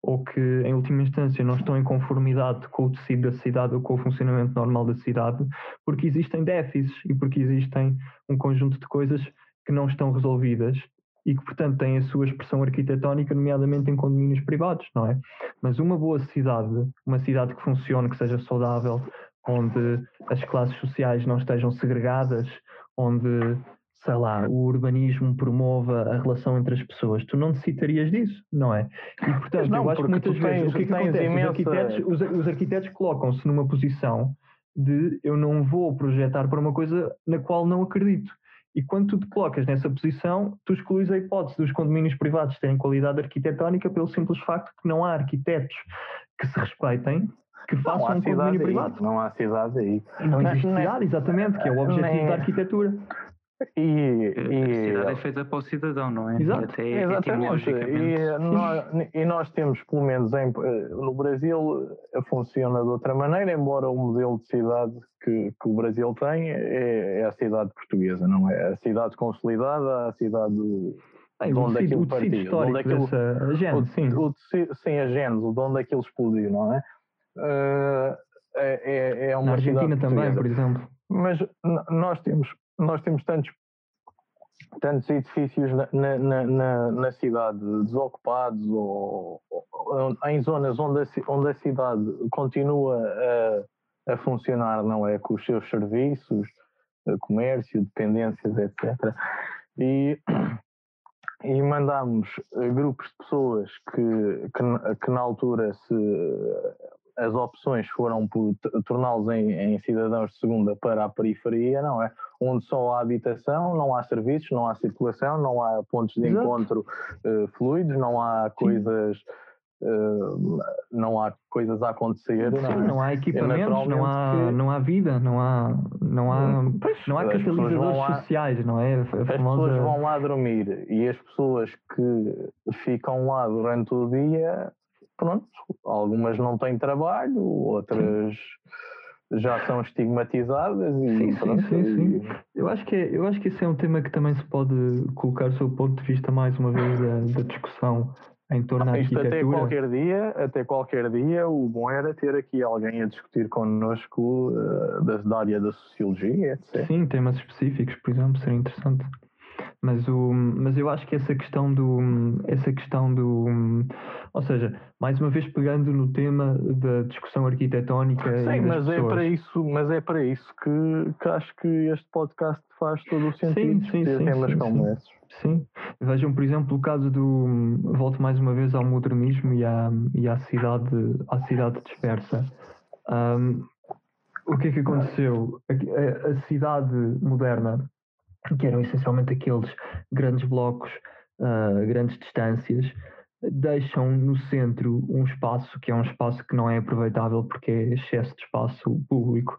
ou que, em última instância, não estão em conformidade com o tecido da cidade ou com o funcionamento normal da cidade, porque existem déficits e porque existem um conjunto de coisas que não estão resolvidas e que, portanto, têm a sua expressão arquitetónica, nomeadamente em condomínios privados, não é? Mas uma boa cidade, uma cidade que funcione, que seja saudável, onde as classes sociais não estejam segregadas, onde, sei lá, o urbanismo promova a relação entre as pessoas, tu não necessitarias disso, não é? E, portanto, não, eu acho que muitas tens, vezes o que é que acontece? Imensa... Os arquitetos, os, os arquitetos colocam-se numa posição de eu não vou projetar para uma coisa na qual não acredito. E quando tu te colocas nessa posição, tu excluís a hipótese dos condomínios privados terem qualidade arquitetónica pelo simples facto que não há arquitetos que se respeitem, que façam um condomínio aí, privado. Não há cidade aí. E não existe não, cidade, exatamente, que é o objetivo nem... da arquitetura. E, e... A cidade é feita para o cidadão, não é? Exato. Até Exatamente. E nós, e nós temos, pelo menos em, no Brasil, funciona de outra maneira, embora o modelo de cidade que, que o Brasil tem é, é a cidade portuguesa, não é? A cidade consolidada, a cidade Bem, de onde tecido, aquilo o partiu. Histórico de onde aquilo, dessa, a gênese, o, sim. O, sim, a gênese, de onde aquilo explodiu, não é? Uh, é, é uma Na Argentina também, por exemplo. Mas nós temos, nós temos tantos tantos edifícios na, na, na, na cidade desocupados ou, ou em zonas onde a, onde a cidade continua a, a funcionar, não é? Com os seus serviços, comércio, dependências, etcétera. E, e mandámos grupos de pessoas que, que, que na altura se as opções foram por torná-los em, em cidadãos de segunda para a periferia, não é? Onde só há habitação, não há serviços, não há circulação, não há pontos de Exato. encontro uh, fluidos, não há coisas uh, não há coisas a acontecer. Sim, não, é? não há equipamentos, não há, que... não há vida, não há, não há, pois, não há catalisadores lá, sociais, não é? A as famosa... pessoas vão lá dormir e as pessoas que ficam lá durante o dia, pronto, algumas não têm trabalho, outras sim. já são estigmatizadas e sim, pronto. Sim, sim, sim. E... Eu acho que é, eu acho que esse é um tema que também se pode colocar do seu ponto de vista mais uma vez da, da discussão em torno da Isto arquitetura. Até qualquer dia, até qualquer dia, o bom era ter aqui alguém a discutir connosco uh, da, da área da sociologia, etcétera. Sim, temas específicos, por exemplo, seria interessante. Mas, o, mas eu acho que essa questão do, essa questão do, ou seja, mais uma vez pegando no tema da discussão arquitetónica Sim, e das mas pessoas. é para isso, mas é para isso que, que acho que este podcast faz todo o sentido, sim, sim, ter sim, temas sim, como sim. esses. Sim, vejam por exemplo o caso do, volto mais uma vez ao modernismo e à, e à cidade, à cidade dispersa. Um, o que é que aconteceu? A, a, a cidade moderna, que eram essencialmente aqueles grandes blocos, uh, grandes distâncias, deixam no centro um espaço que é um espaço que não é aproveitável porque é excesso de espaço público.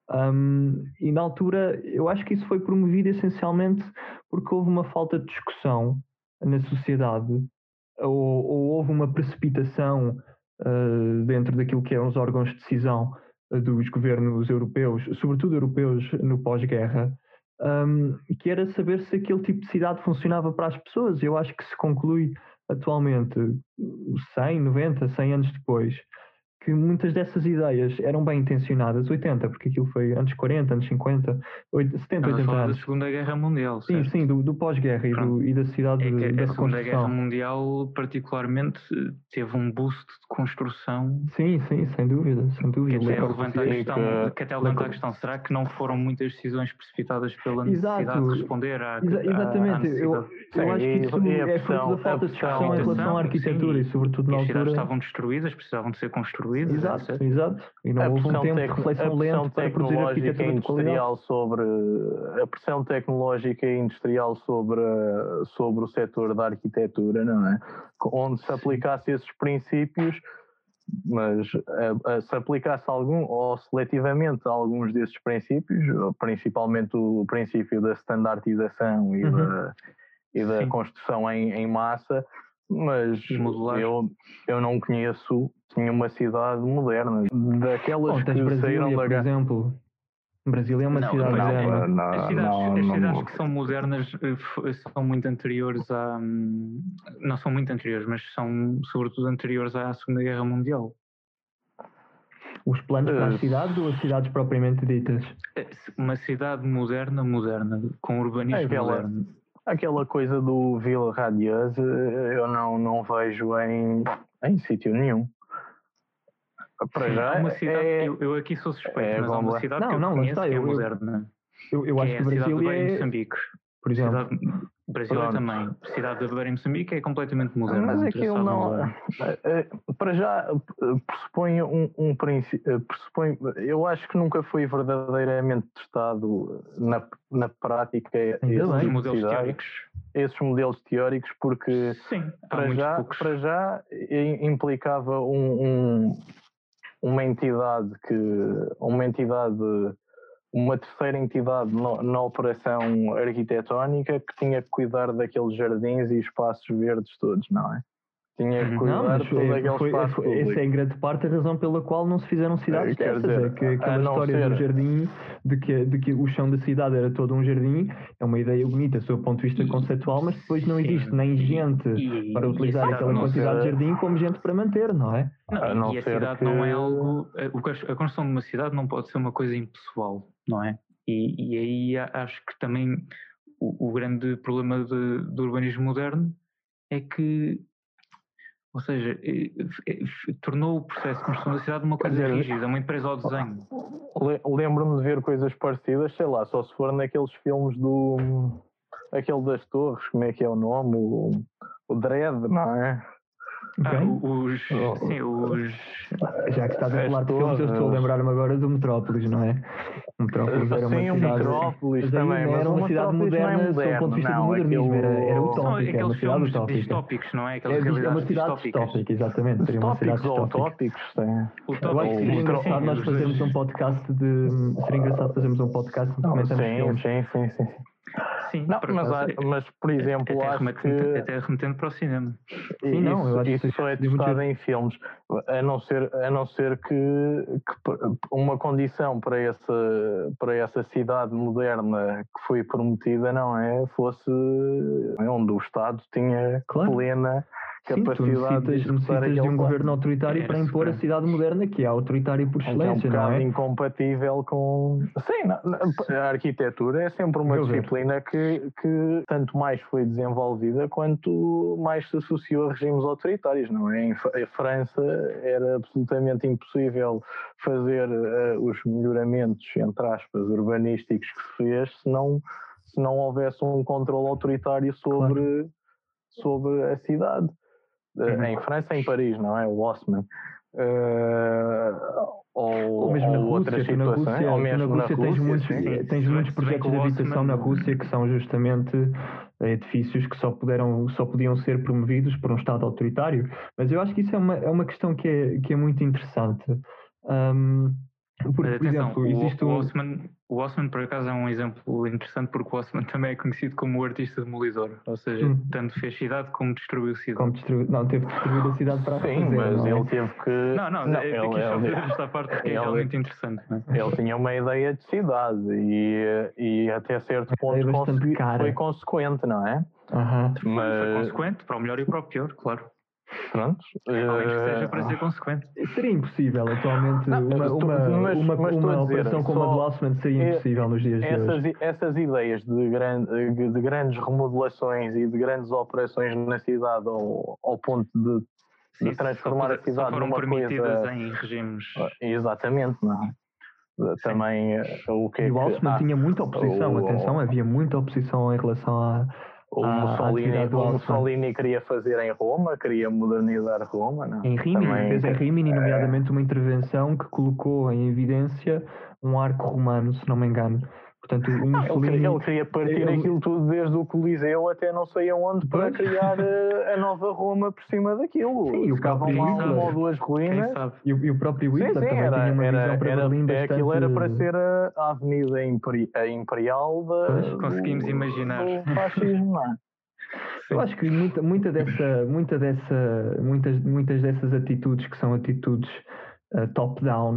Um, e na altura eu acho que isso foi promovido essencialmente porque houve uma falta de discussão na sociedade ou, ou houve uma precipitação uh, dentro daquilo que eram os órgãos de decisão uh, dos governos europeus, sobretudo europeus no pós-guerra, um, que era saber se aquele tipo de cidade funcionava para as pessoas. Eu acho que se conclui atualmente, cem, noventa, cem anos depois, que muitas dessas ideias eram bem intencionadas, oitenta, porque aquilo foi anos quarenta, anos cinquenta, setenta, oitenta anos. da Segunda Guerra Mundial, sim, certo? sim, do, do pós-guerra e, do, e da cidade é que da a reconstrução. Segunda Guerra Mundial particularmente teve um boost de construção. Sim, sim, sem dúvida, sem dúvida. Que até levanta a questão, que até levanta a questão, será que não foram muitas decisões precipitadas pela necessidade Exato. de responder à, Exa- exatamente. à necessidade? Eu, eu acho que isso e, é fruto da falta de discussão em relação à arquitetura sim, e sobretudo na altura... as cidades altura... estavam destruídas, precisavam de ser construídas. Exato, etcétera. Exato. E não a houve um tempo tec- de reflexão lento para produzir arquitetura de qualidade. Sobre a pressão tecnológica e industrial sobre, sobre o setor da arquitetura, não é? Onde se aplicasse esses princípios, mas a, a, se aplicasse algum ou seletivamente alguns desses princípios, principalmente o princípio da standardização e uhum. da, e da construção em, em massa, mas eu, eu não conheço nenhuma cidade moderna daquelas Bom, tens que Brasília, saíram da por exemplo. Brasília é uma Não, cidade mas é- moderna. não, As cidades, não, as não, cidades não. que são modernas eh, f- são muito anteriores à. hum, Não são muito anteriores, mas são sobretudo anteriores à Segunda Guerra Mundial. Os planos para as Eh, cidades ou as cidades propriamente ditas? Eh, Uma cidade moderna, moderna, com urbanismo Aquela- moderno. Aquela coisa do Vila Radieuse eu não, não vejo em, em sítio nenhum. Para Sim, já há uma cidade, é, eu, eu aqui sou suspeito, é mas há uma bomba. cidade Não, que eu não, lá conheço está, que é eu- eu- moderna, Eu, eu que acho é que a o cidade de Brasília Beira em é, Moçambique. por exemplo, Cidade, Brasília Pronto. também. Cidade de Beira em Moçambique é completamente moderna. Mas um aquilo traçado não. moderno. eh, eh, Para já eh, pressupõe um, um princípio. Pressupõe, eu acho que nunca foi verdadeiramente testado na, na prática esse Ainda Os bem. tipo de modelos cidade, teóricos. esses modelos teóricos, porque Sim, há para muitos já, poucos. para já i- implicava um, um- uma entidade que. Uma entidade. Uma terceira entidade no, na operação arquitetónica que tinha que cuidar daqueles jardins e espaços verdes todos, não é? Tinha que Uhum. cuidar não, mas de todo é, aquele foi, espaço foi- público. essa é em grande parte a razão pela qual não se fizeram cidades Eh, quer dessas. dizer, É que a aquela não história ser- do jardim, de que, de que o chão da cidade era todo um jardim, é uma ideia bonita, do seu ponto de vista E- conceptual, mas depois não sim, existe nem e- gente e- para e a utilizar cidade aquela não quantidade ser- de jardim como gente para manter, não é? Não, A e- não e a ser cidade que- não é algo. A, o que a construção de uma cidade não pode ser uma coisa impessoal, não é? E, e aí a- acho que também o, o grande problema de- do urbanismo moderno é que, ou seja, eh, eh, tornou o processo de construção da cidade uma coisa Quer dizer, rígida, muito presa ao desenho. Le- Lembro-me de ver coisas parecidas, sei lá, só se for naqueles filmes do. Aquele das torres, como é que é o nome? O, o Dredd, não é? Ah, Ok? os. Sim, os. Já que estás a As falar de filmes, eu estou a torres. lembrar-me agora do Metrópolis, não é? O Metrópolis era uma Sim, o cidade. Metrópolis mas aí também, não mas era o uma cidade Metrópolis não é moderna sob o ponto de vista do moderno, modernismo, não, era, era aquilo- São utópica, era uma aqueles cidade filmes utópica. distópicos, não é? É, Aquelas é uma realidades cidade distópicas. distópica, exatamente. Seria uma cidade Tópicos ou distópica. utópicos, tem. Eu acho que seria Ou engraçado sim, nós os fazermos dois. um podcast de. Seria engraçado fazermos um podcast onde comentamos Sim, filmes. sim, sim, sim. Sim, Não, por mas, acaso, há- mas, por exemplo, até, acho remetendo, que até remetendo para o cinema. Sim, não, eu acho que isso só é seria muito testado giro. em filmes, a não ser, a não ser que, que uma condição para essa, para essa cidade moderna que foi prometida, não é? Fosse onde o Estado tinha Claro. plena Sim, tu capacidade de necessitas, executar necessitas de aquele um plano. governo autoritário É, para impor a super. cidade moderna, que é autoritário por Que é um excelência, não bocado é? incompatível com. Sim, não, não, a arquitetura é sempre uma Meu ver. disciplina que, que tanto mais foi desenvolvida quanto mais se associou a regimes autoritários, não é? Em F- em França era absolutamente impossível fazer uh, os melhoramentos, entre aspas, urbanísticos que se fez se não, se não houvesse um controle autoritário sobre, Claro. sobre a cidade. Uhum. Em França, em Paris, não é? O Haussmann. Uh, ou, Ou mesmo na ou outras Rússia, tu na situações, Rússia, ou tu na mesmo na Rússia tens Rússia, muitos, sim. sim. tens Se muitos bem que projetos de o habitação Haussmann- na Rússia que são justamente edifícios que só, puderam, só podiam ser promovidos por um Estado autoritário. Mas eu acho que isso é uma, é uma questão que é, que é muito interessante. Um, porque, Mas por atenção, exemplo, o, existe o, um... Haussmann, o Haussmann, por acaso, é um exemplo interessante porque o Haussmann também é conhecido como o artista demolidor, ou seja, Hum. tanto fez cidade como destruiu cidade. Como destruir, não, teve que destruir a cidade para a Sim, refazer, mas não é? ele teve que. Não, não, não é, ele, aqui só ele, fazer esta parte porque é ele- realmente interessante, não é? ele tinha uma ideia de cidade e, e até certo Uma ponto ideia bastante consegui- cara. foi consequente, não é? Aham. Foi, foi Mas consequente, para o melhor e para o pior, claro. pronto. Ao menos que seja eh, para ser consequente. Seria impossível atualmente Não, uma, mas tu- uma, mas- uma, mas uma estou a dizer, operação como a só- do Haussmann seria é- impossível nos dias de Essas, hoje. essas ideias de, grande, de grandes remodelações e de grandes operações na cidade ao, ao ponto de, Sim, de transformar só, a cidade só foram numa permitidas coisa... em regimes. Exatamente, não é? Também eh, o que é E o que... Haussmann ah, tinha muita oposição, o- atenção, havia muita oposição em relação à, O à, à Mussolini, atividade do o Haussmann. Mussolini queria fazer em Roma, queria modernizar Roma, não? Em Rimini, Também- fez em Rimini, é, nomeadamente uma intervenção que colocou em evidência um arco romano, se não me engano. Portanto, o Ele Mussolini... queria, ele queria partir ele- aquilo tudo desde o Coliseu até não sei aonde para Pois. criar eh, a nova Roma por cima daquilo. Sim, o Ficavam próprio lá Hitler. uma ou duas Quem ruínas. sabe? E, o- e o próprio Sim, Hitler sim, também era, tinha uma era, visão para era, Berlim bastante... aquilo era para ser a, a avenida imperi, a imperial da, Pois. Conseguimos do, imaginar. do fascismo, não é? Eu acho que muita, muita dessa, muita dessa, muitas, muitas dessas atitudes que são atitudes uh, top-down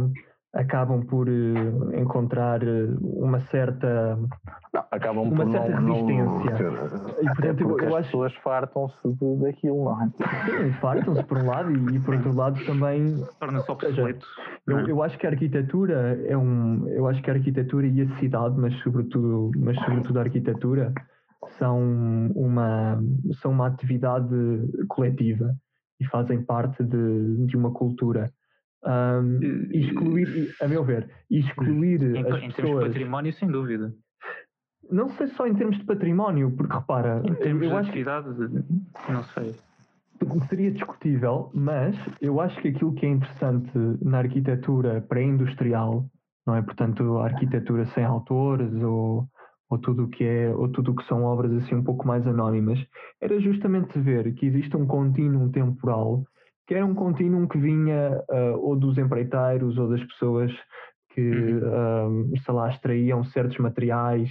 acabam por uh, encontrar uh, uma certa não, acabam uma por certa não, resistência. Não, e portanto eu, eu as acho pessoas fartam-se de, daquilo, não é? Sim, fartam-se por um lado e, e por outro lado também torna-se obsoleto. Eu, eu acho que a arquitetura é um eu acho que a arquitetura e a cidade, mas sobretudo mas sobretudo a arquitetura são uma são uma atividade coletiva e fazem parte de, de uma cultura. Um, excluir, a meu ver, excluir em, as em pessoas... termos de património, sem dúvida. Não sei só em termos de património, porque repara... Em termos eu de acho atividade, que... não sei. Seria discutível, mas eu acho que aquilo que é interessante na arquitetura pré-industrial, não é? Portanto, a arquitetura sem autores ou, ou tudo o que é, ou tudo o que são obras assim um pouco mais anónimas, era justamente ver que existe um contínuo temporal, que era um contínuo que vinha uh, ou dos empreiteiros ou das pessoas que, uhum. uh, sei lá, extraíam certos materiais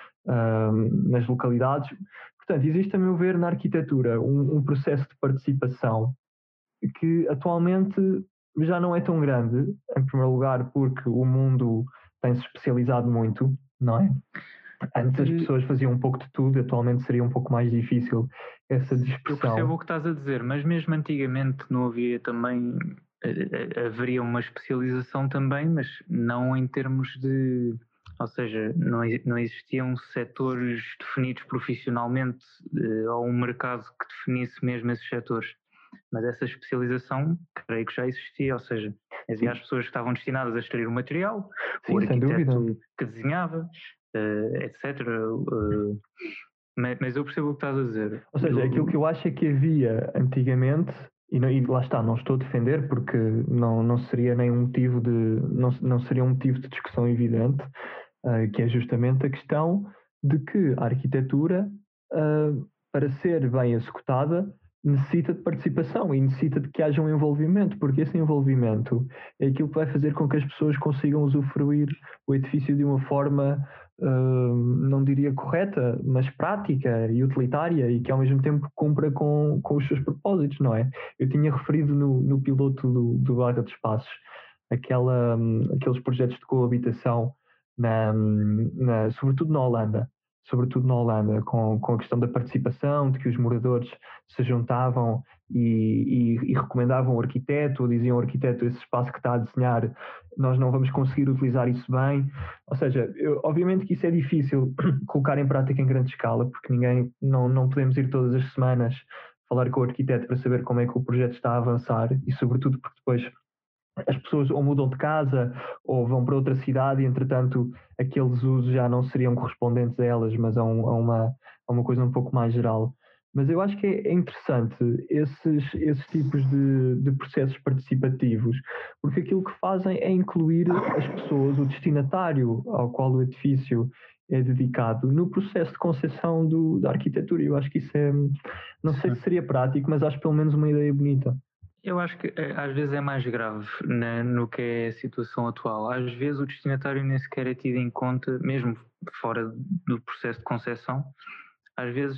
uh, nas localidades. Portanto, existe, a meu ver, na arquitetura um, um processo de participação que atualmente já não é tão grande, em primeiro lugar porque o mundo tem-se especializado muito, não é? Antes as pessoas faziam um pouco de tudo, atualmente seria um pouco mais difícil essa dispersão. Eu percebo o que estás a dizer, mas mesmo antigamente não havia também, haveria uma especialização também, mas não em termos de, ou seja, não, não existiam setores definidos profissionalmente ou um mercado que definisse mesmo esses setores. Mas essa especialização, creio que já existia, ou seja, havia as pessoas que estavam destinadas a extrair o material, Sim, o arquiteto sem que desenhava, uh, etcétera. Uh, mas, mas eu percebo o que estás a dizer. Ou seja, eu... aquilo que eu acho é que havia antigamente, e, não, e lá está, não estou a defender porque não, não seria nenhum motivo de, não, não seria um motivo de discussão evidente, uh, que é justamente a questão de que a arquitetura, uh, para ser bem executada, necessita de participação e necessita de que haja um envolvimento, porque esse envolvimento é aquilo que vai fazer com que as pessoas consigam usufruir o edifício de uma forma, uh, não diria correta, mas prática e utilitária e que ao mesmo tempo cumpra com, com os seus propósitos, não é? Eu tinha referido no, no piloto do, do Barra de Espaços aquela, um, aqueles projetos de coabitação, na, na, sobretudo na Holanda, sobretudo na Holanda, com, com a questão da participação, de que os moradores se juntavam e, e, e recomendavam o arquiteto, ou diziam ao arquiteto, esse espaço que está a desenhar, nós não vamos conseguir utilizar isso bem. Ou seja, eu, obviamente que isso é difícil colocar em prática em grande escala, porque ninguém, não, não podemos ir todas as semanas falar com o arquiteto para saber como é que o projeto está a avançar, e sobretudo porque depois as pessoas ou mudam de casa ou vão para outra cidade e, entretanto, aqueles usos já não seriam correspondentes a elas, mas a, um, a, uma, a uma coisa um pouco mais geral. Mas eu acho que é interessante esses, esses tipos de, de processos participativos, porque aquilo que fazem é incluir as pessoas, o destinatário ao qual o edifício é dedicado, no processo de concepção do, da arquitetura. Eu acho que isso é, não sei se seria prático, mas acho pelo menos uma ideia bonita. Eu acho que às vezes é mais grave, né, no que é a situação atual. Às vezes o destinatário nem sequer é tido em conta, mesmo fora do processo de concepção. Às vezes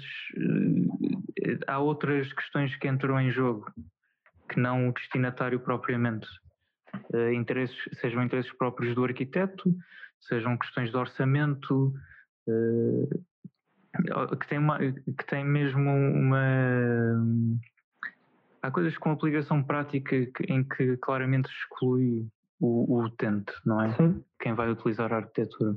uh, há outras questões que entram em jogo, que não o destinatário propriamente. Uh, interesses, sejam interesses próprios do arquiteto, sejam questões de orçamento, uh, que, tem uma, que tem mesmo uma... Há coisas com aplicação prática em que claramente exclui o, o utente, não é? Sim. Quem vai utilizar a arquitetura.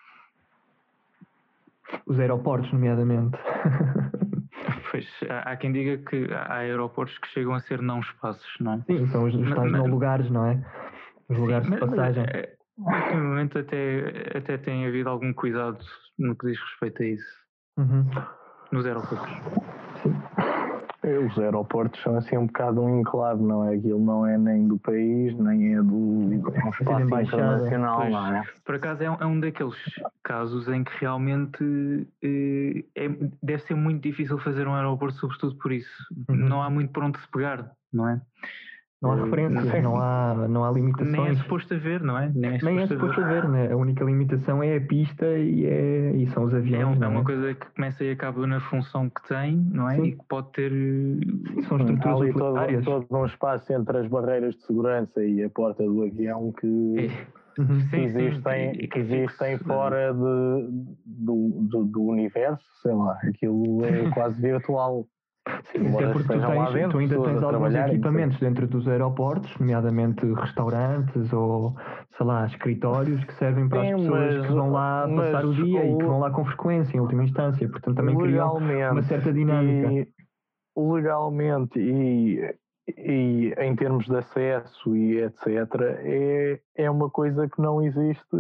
Os aeroportos, nomeadamente. Pois, há, há quem diga que há aeroportos que chegam a ser não espaços, não é? Sim, são os, os tais não lugares, não é? Os sim, lugares mas, de passagem. Mas, ultimamente até, até tem havido algum cuidado no que diz respeito a isso. Uhum. Nos aeroportos. Sim. Os aeroportos são assim um bocado um enclave, não é? Aquilo não é nem do país, nem é do um espaço internacional, não é? Por acaso é um, é um daqueles casos em que realmente eh, é, deve ser muito difícil fazer um aeroporto, sobretudo por isso. Uhum. Não há muito por onde se pegar, não é? Não há referências, não há, não há limitações. Nem é suposto haver, não é? Nem é suposto, Nem é suposto haver, haver né? A única limitação é a pista e, é, e são os aviões. É, um, é uma é? coisa que começa e acaba na função que tem, não é? Sim. E que pode ter... Sim, são estruturas utilitárias. Todo, todo um espaço entre as barreiras de segurança e a porta do avião que... É. Uhum. Que existem, sim, sim. Que existem fora de, do, do, do universo, sei lá, aquilo é quase virtual. Sim, até porque tu, tens, dentro, tu ainda tens alguns equipamentos dentro dos aeroportos, nomeadamente restaurantes ou, sei lá, escritórios que servem para sim, as pessoas mas, que vão lá passar o dia o, e que vão lá com frequência, em última instância. Portanto, também criam uma certa dinâmica. E, legalmente e... E em termos de acesso e etcétera, é, é uma coisa que não existe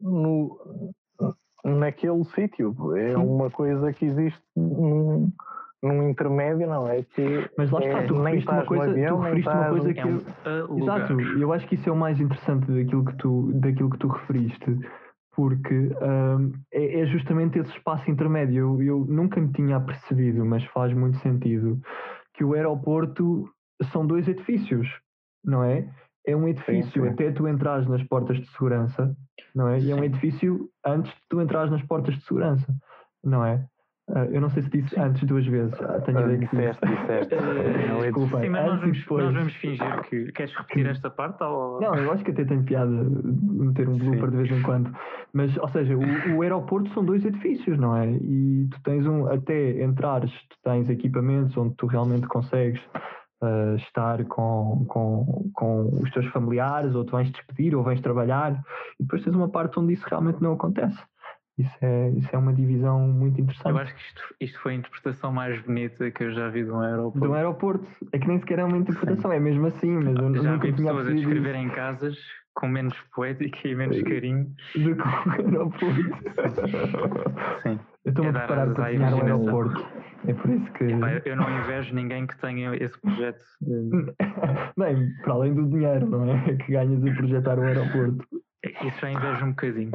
no, naquele sítio. É Sim. uma coisa que existe num, num intermédio, não é? Que Mas lá está, é, tu referiste uma coisa, avião, tu referiste uma coisa que... É um, eu, exato, eu acho que isso é o mais interessante daquilo que tu, daquilo que tu referiste, porque um, é, é justamente esse espaço intermédio. Eu, eu nunca me tinha apercebido, mas faz muito sentido, que o aeroporto são dois edifícios, não é? É um edifício sim, sim. até tu entrares nas portas de segurança, não é? E é um edifício antes de tu entrares nas portas de segurança, não é? Uh, eu não sei se disse sim. antes duas vezes. Ah, tenho ideia que disseste, disseste. uh, Desculpa. Sim, mas nós vamos, depois... nós vamos fingir que... Queres repetir esta parte? Ou... Não, eu acho que até tem piada meter um blooper de vez em quando. Mas, ou seja, o, o aeroporto são dois edifícios, não é? E tu tens um... Até entrares, tu tens equipamentos onde tu realmente consegues Uh, estar com, com, com os teus familiares, ou tu vens despedir, ou vens trabalhar, e depois tens uma parte onde isso realmente não acontece. Isso é, isso é uma divisão muito interessante. Eu acho que isto, isto foi a interpretação mais bonita que eu já vi de um aeroporto. De um aeroporto. É que nem sequer é uma interpretação, Sim. é mesmo assim, mas eu já nunca vi tinha pessoas a descrever em casas com menos poética e menos carinho do que um aeroporto. Sim. Eu estou-me a preparar para desenhar um aeroporto. É por isso que... Epá, eu não invejo ninguém que tenha esse projeto. Bem, para além do dinheiro, não é? Que ganhas a projetar um aeroporto. Isso já invejo um bocadinho.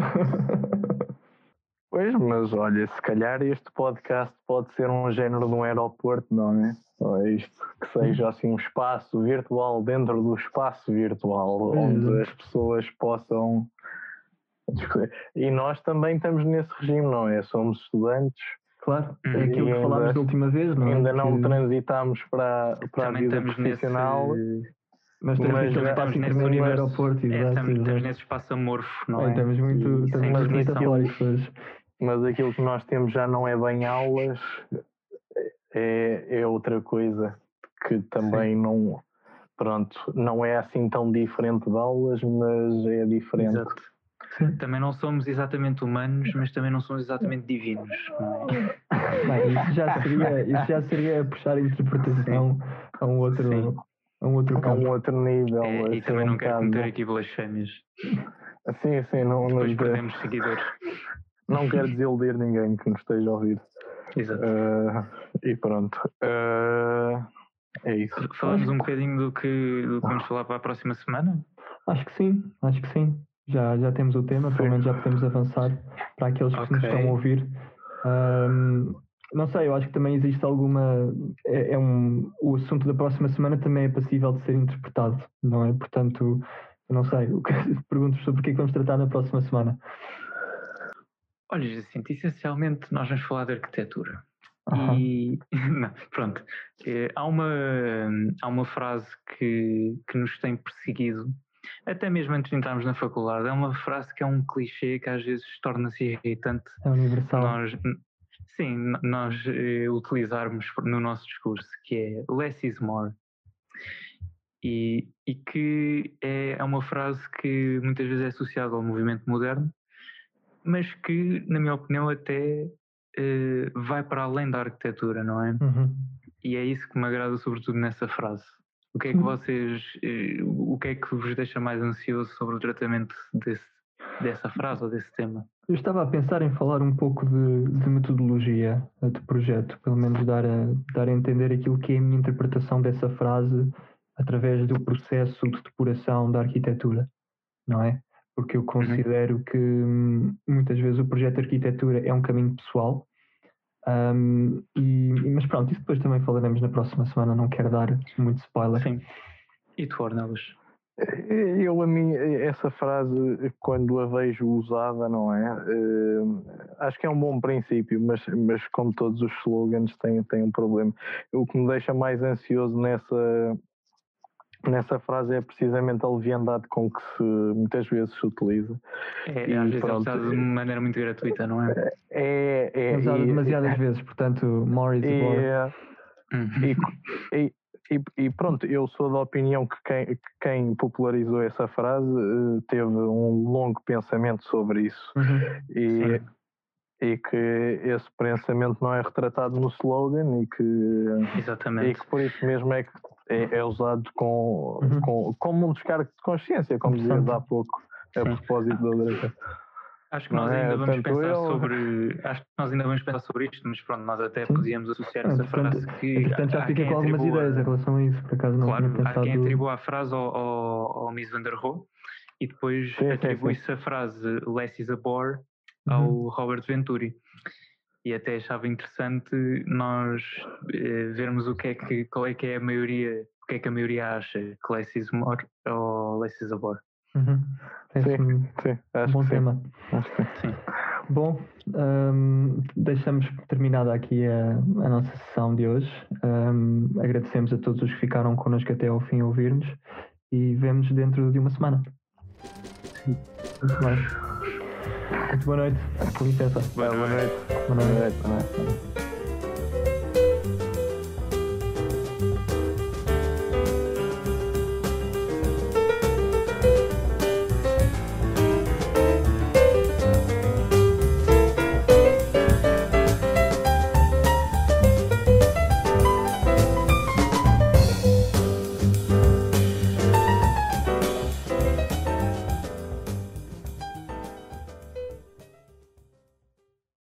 Pois, mas olha, se calhar este podcast pode ser um género de um aeroporto, não é? Ou é isto, que seja assim um espaço virtual dentro do espaço virtual, onde uhum. as pessoas possam... E nós também estamos nesse regime, não é? Somos estudantes. Claro, é aquilo que falámos ainda, da última vez, não é? Ainda que... não transitámos para, para a vida profissional. Nesse... Mas estamos mas nesse espaço intermédio no aeroporto. É, estamos, estamos nesse espaço amorfo, não é? é estamos muito, estamos muito metafóricos. Mas aquilo que nós temos já não é bem aulas, é, é outra coisa que também Sim. não, pronto, não é assim tão diferente de aulas, mas é diferente. Exato. Sim. Também não somos exatamente humanos, mas também não somos exatamente divinos, não é? Bem, isso já seria, isso já seria puxar a interpretação Sim. a um outro, Sim. a um outro campo. A um outro nível. É, e também não um quero cometer aqui blasfémias. Sim, sim, não, depois não perdemos seguidores. Não quero desiludir ninguém que nos esteja a ouvir. Exato. Uh, e pronto. Uh, é isso. Falamos um bocadinho do que, do que vamos falar para a próxima semana? Acho que sim, acho que sim. Já, já temos o tema, pelo menos já podemos avançar para aqueles okay. que nos estão a ouvir. Um, não sei, eu acho que também existe alguma... É, é um, o assunto da próxima semana também é passível de ser interpretado, não é? Portanto, eu não sei, pergunto sobre o que é que vamos tratar na próxima semana. Olha, Jacinto, essencialmente nós vamos falar de arquitetura. Uhum. E, não, pronto, é, há, uma, há uma frase que, que nos tem perseguido, até mesmo antes de entrarmos na faculdade. É uma frase que é um clichê que às vezes torna-se irritante. É universal. Nós, sim, nós eh, utilizarmos no nosso discurso, que é less is more. E, e que é, é uma frase que muitas vezes é associada ao movimento moderno, mas que, na minha opinião, até eh, vai para além da arquitetura, não é? Uhum. E é isso que me agrada sobretudo nessa frase. O que é que vocês, eh, o que é que vos deixa mais ansioso sobre o tratamento desse, dessa frase ou desse tema? Eu estava a pensar em falar um pouco de, de metodologia de projeto, pelo menos dar a, dar a entender aquilo que é a minha interpretação dessa frase através do processo de depuração da arquitetura, não é? Porque eu considero uhum. que muitas vezes o projeto de arquitetura é um caminho pessoal. Um, e, mas pronto, isso depois também falaremos na próxima semana, não quero dar muito spoiler. Sim. E tu, Ornelas? Eu, a mim, essa frase, quando a vejo usada, não é? Uh, acho que é um bom princípio, mas, mas como todos os slogans, tem, tem um problema. O que me deixa mais ansioso nessa, nessa frase é precisamente a leviandade com que se, muitas vezes se utiliza. É, e às vezes pronto, é usada de maneira muito gratuita, não é? É, é, é usada e, demasiadas é, vezes, portanto, more is more. E, e, e, e pronto, eu sou da opinião que quem, que quem popularizou essa frase uh, teve um longo pensamento sobre isso. Uhum. E, e que esse pensamento não é retratado no slogan e que, Exatamente. e que por isso mesmo é que é, é usado com, uhum. com, como um descargo de consciência, como dizias há pouco, a Sim. propósito da direita. Acho que nós não ainda é? vamos Tanto pensar eu... sobre. Acho que nós ainda vamos pensar sobre isto, mas pronto, nós até Sim. podíamos associar ah, essa portanto, frase que. Portanto, já fiquei com algumas atribua... ideias em relação a isso, por acaso não claro, tinha pensado. Há quem atribua a frase ao, ao, ao Mies van der Rohe e depois sim, atribui-se sim, sim. a frase Less is a bore ao uhum. Robert Venturi. E até achava interessante nós eh, vermos o que é que, qual é que é a maioria, o que é que a maioria acha, que Less is more ou Less is a bore. Uhum. Sim, um sim, acho bom que tema. Sim. Acho que sim. Bom, um, deixamos terminada aqui a, a nossa sessão de hoje. Um, agradecemos a todos os que ficaram connosco até ao fim a ouvir-nos e vemos dentro de uma semana. Muito bem. Muito boa noite. Com licença. Boa noite. Boa noite. Boa noite. Boa noite.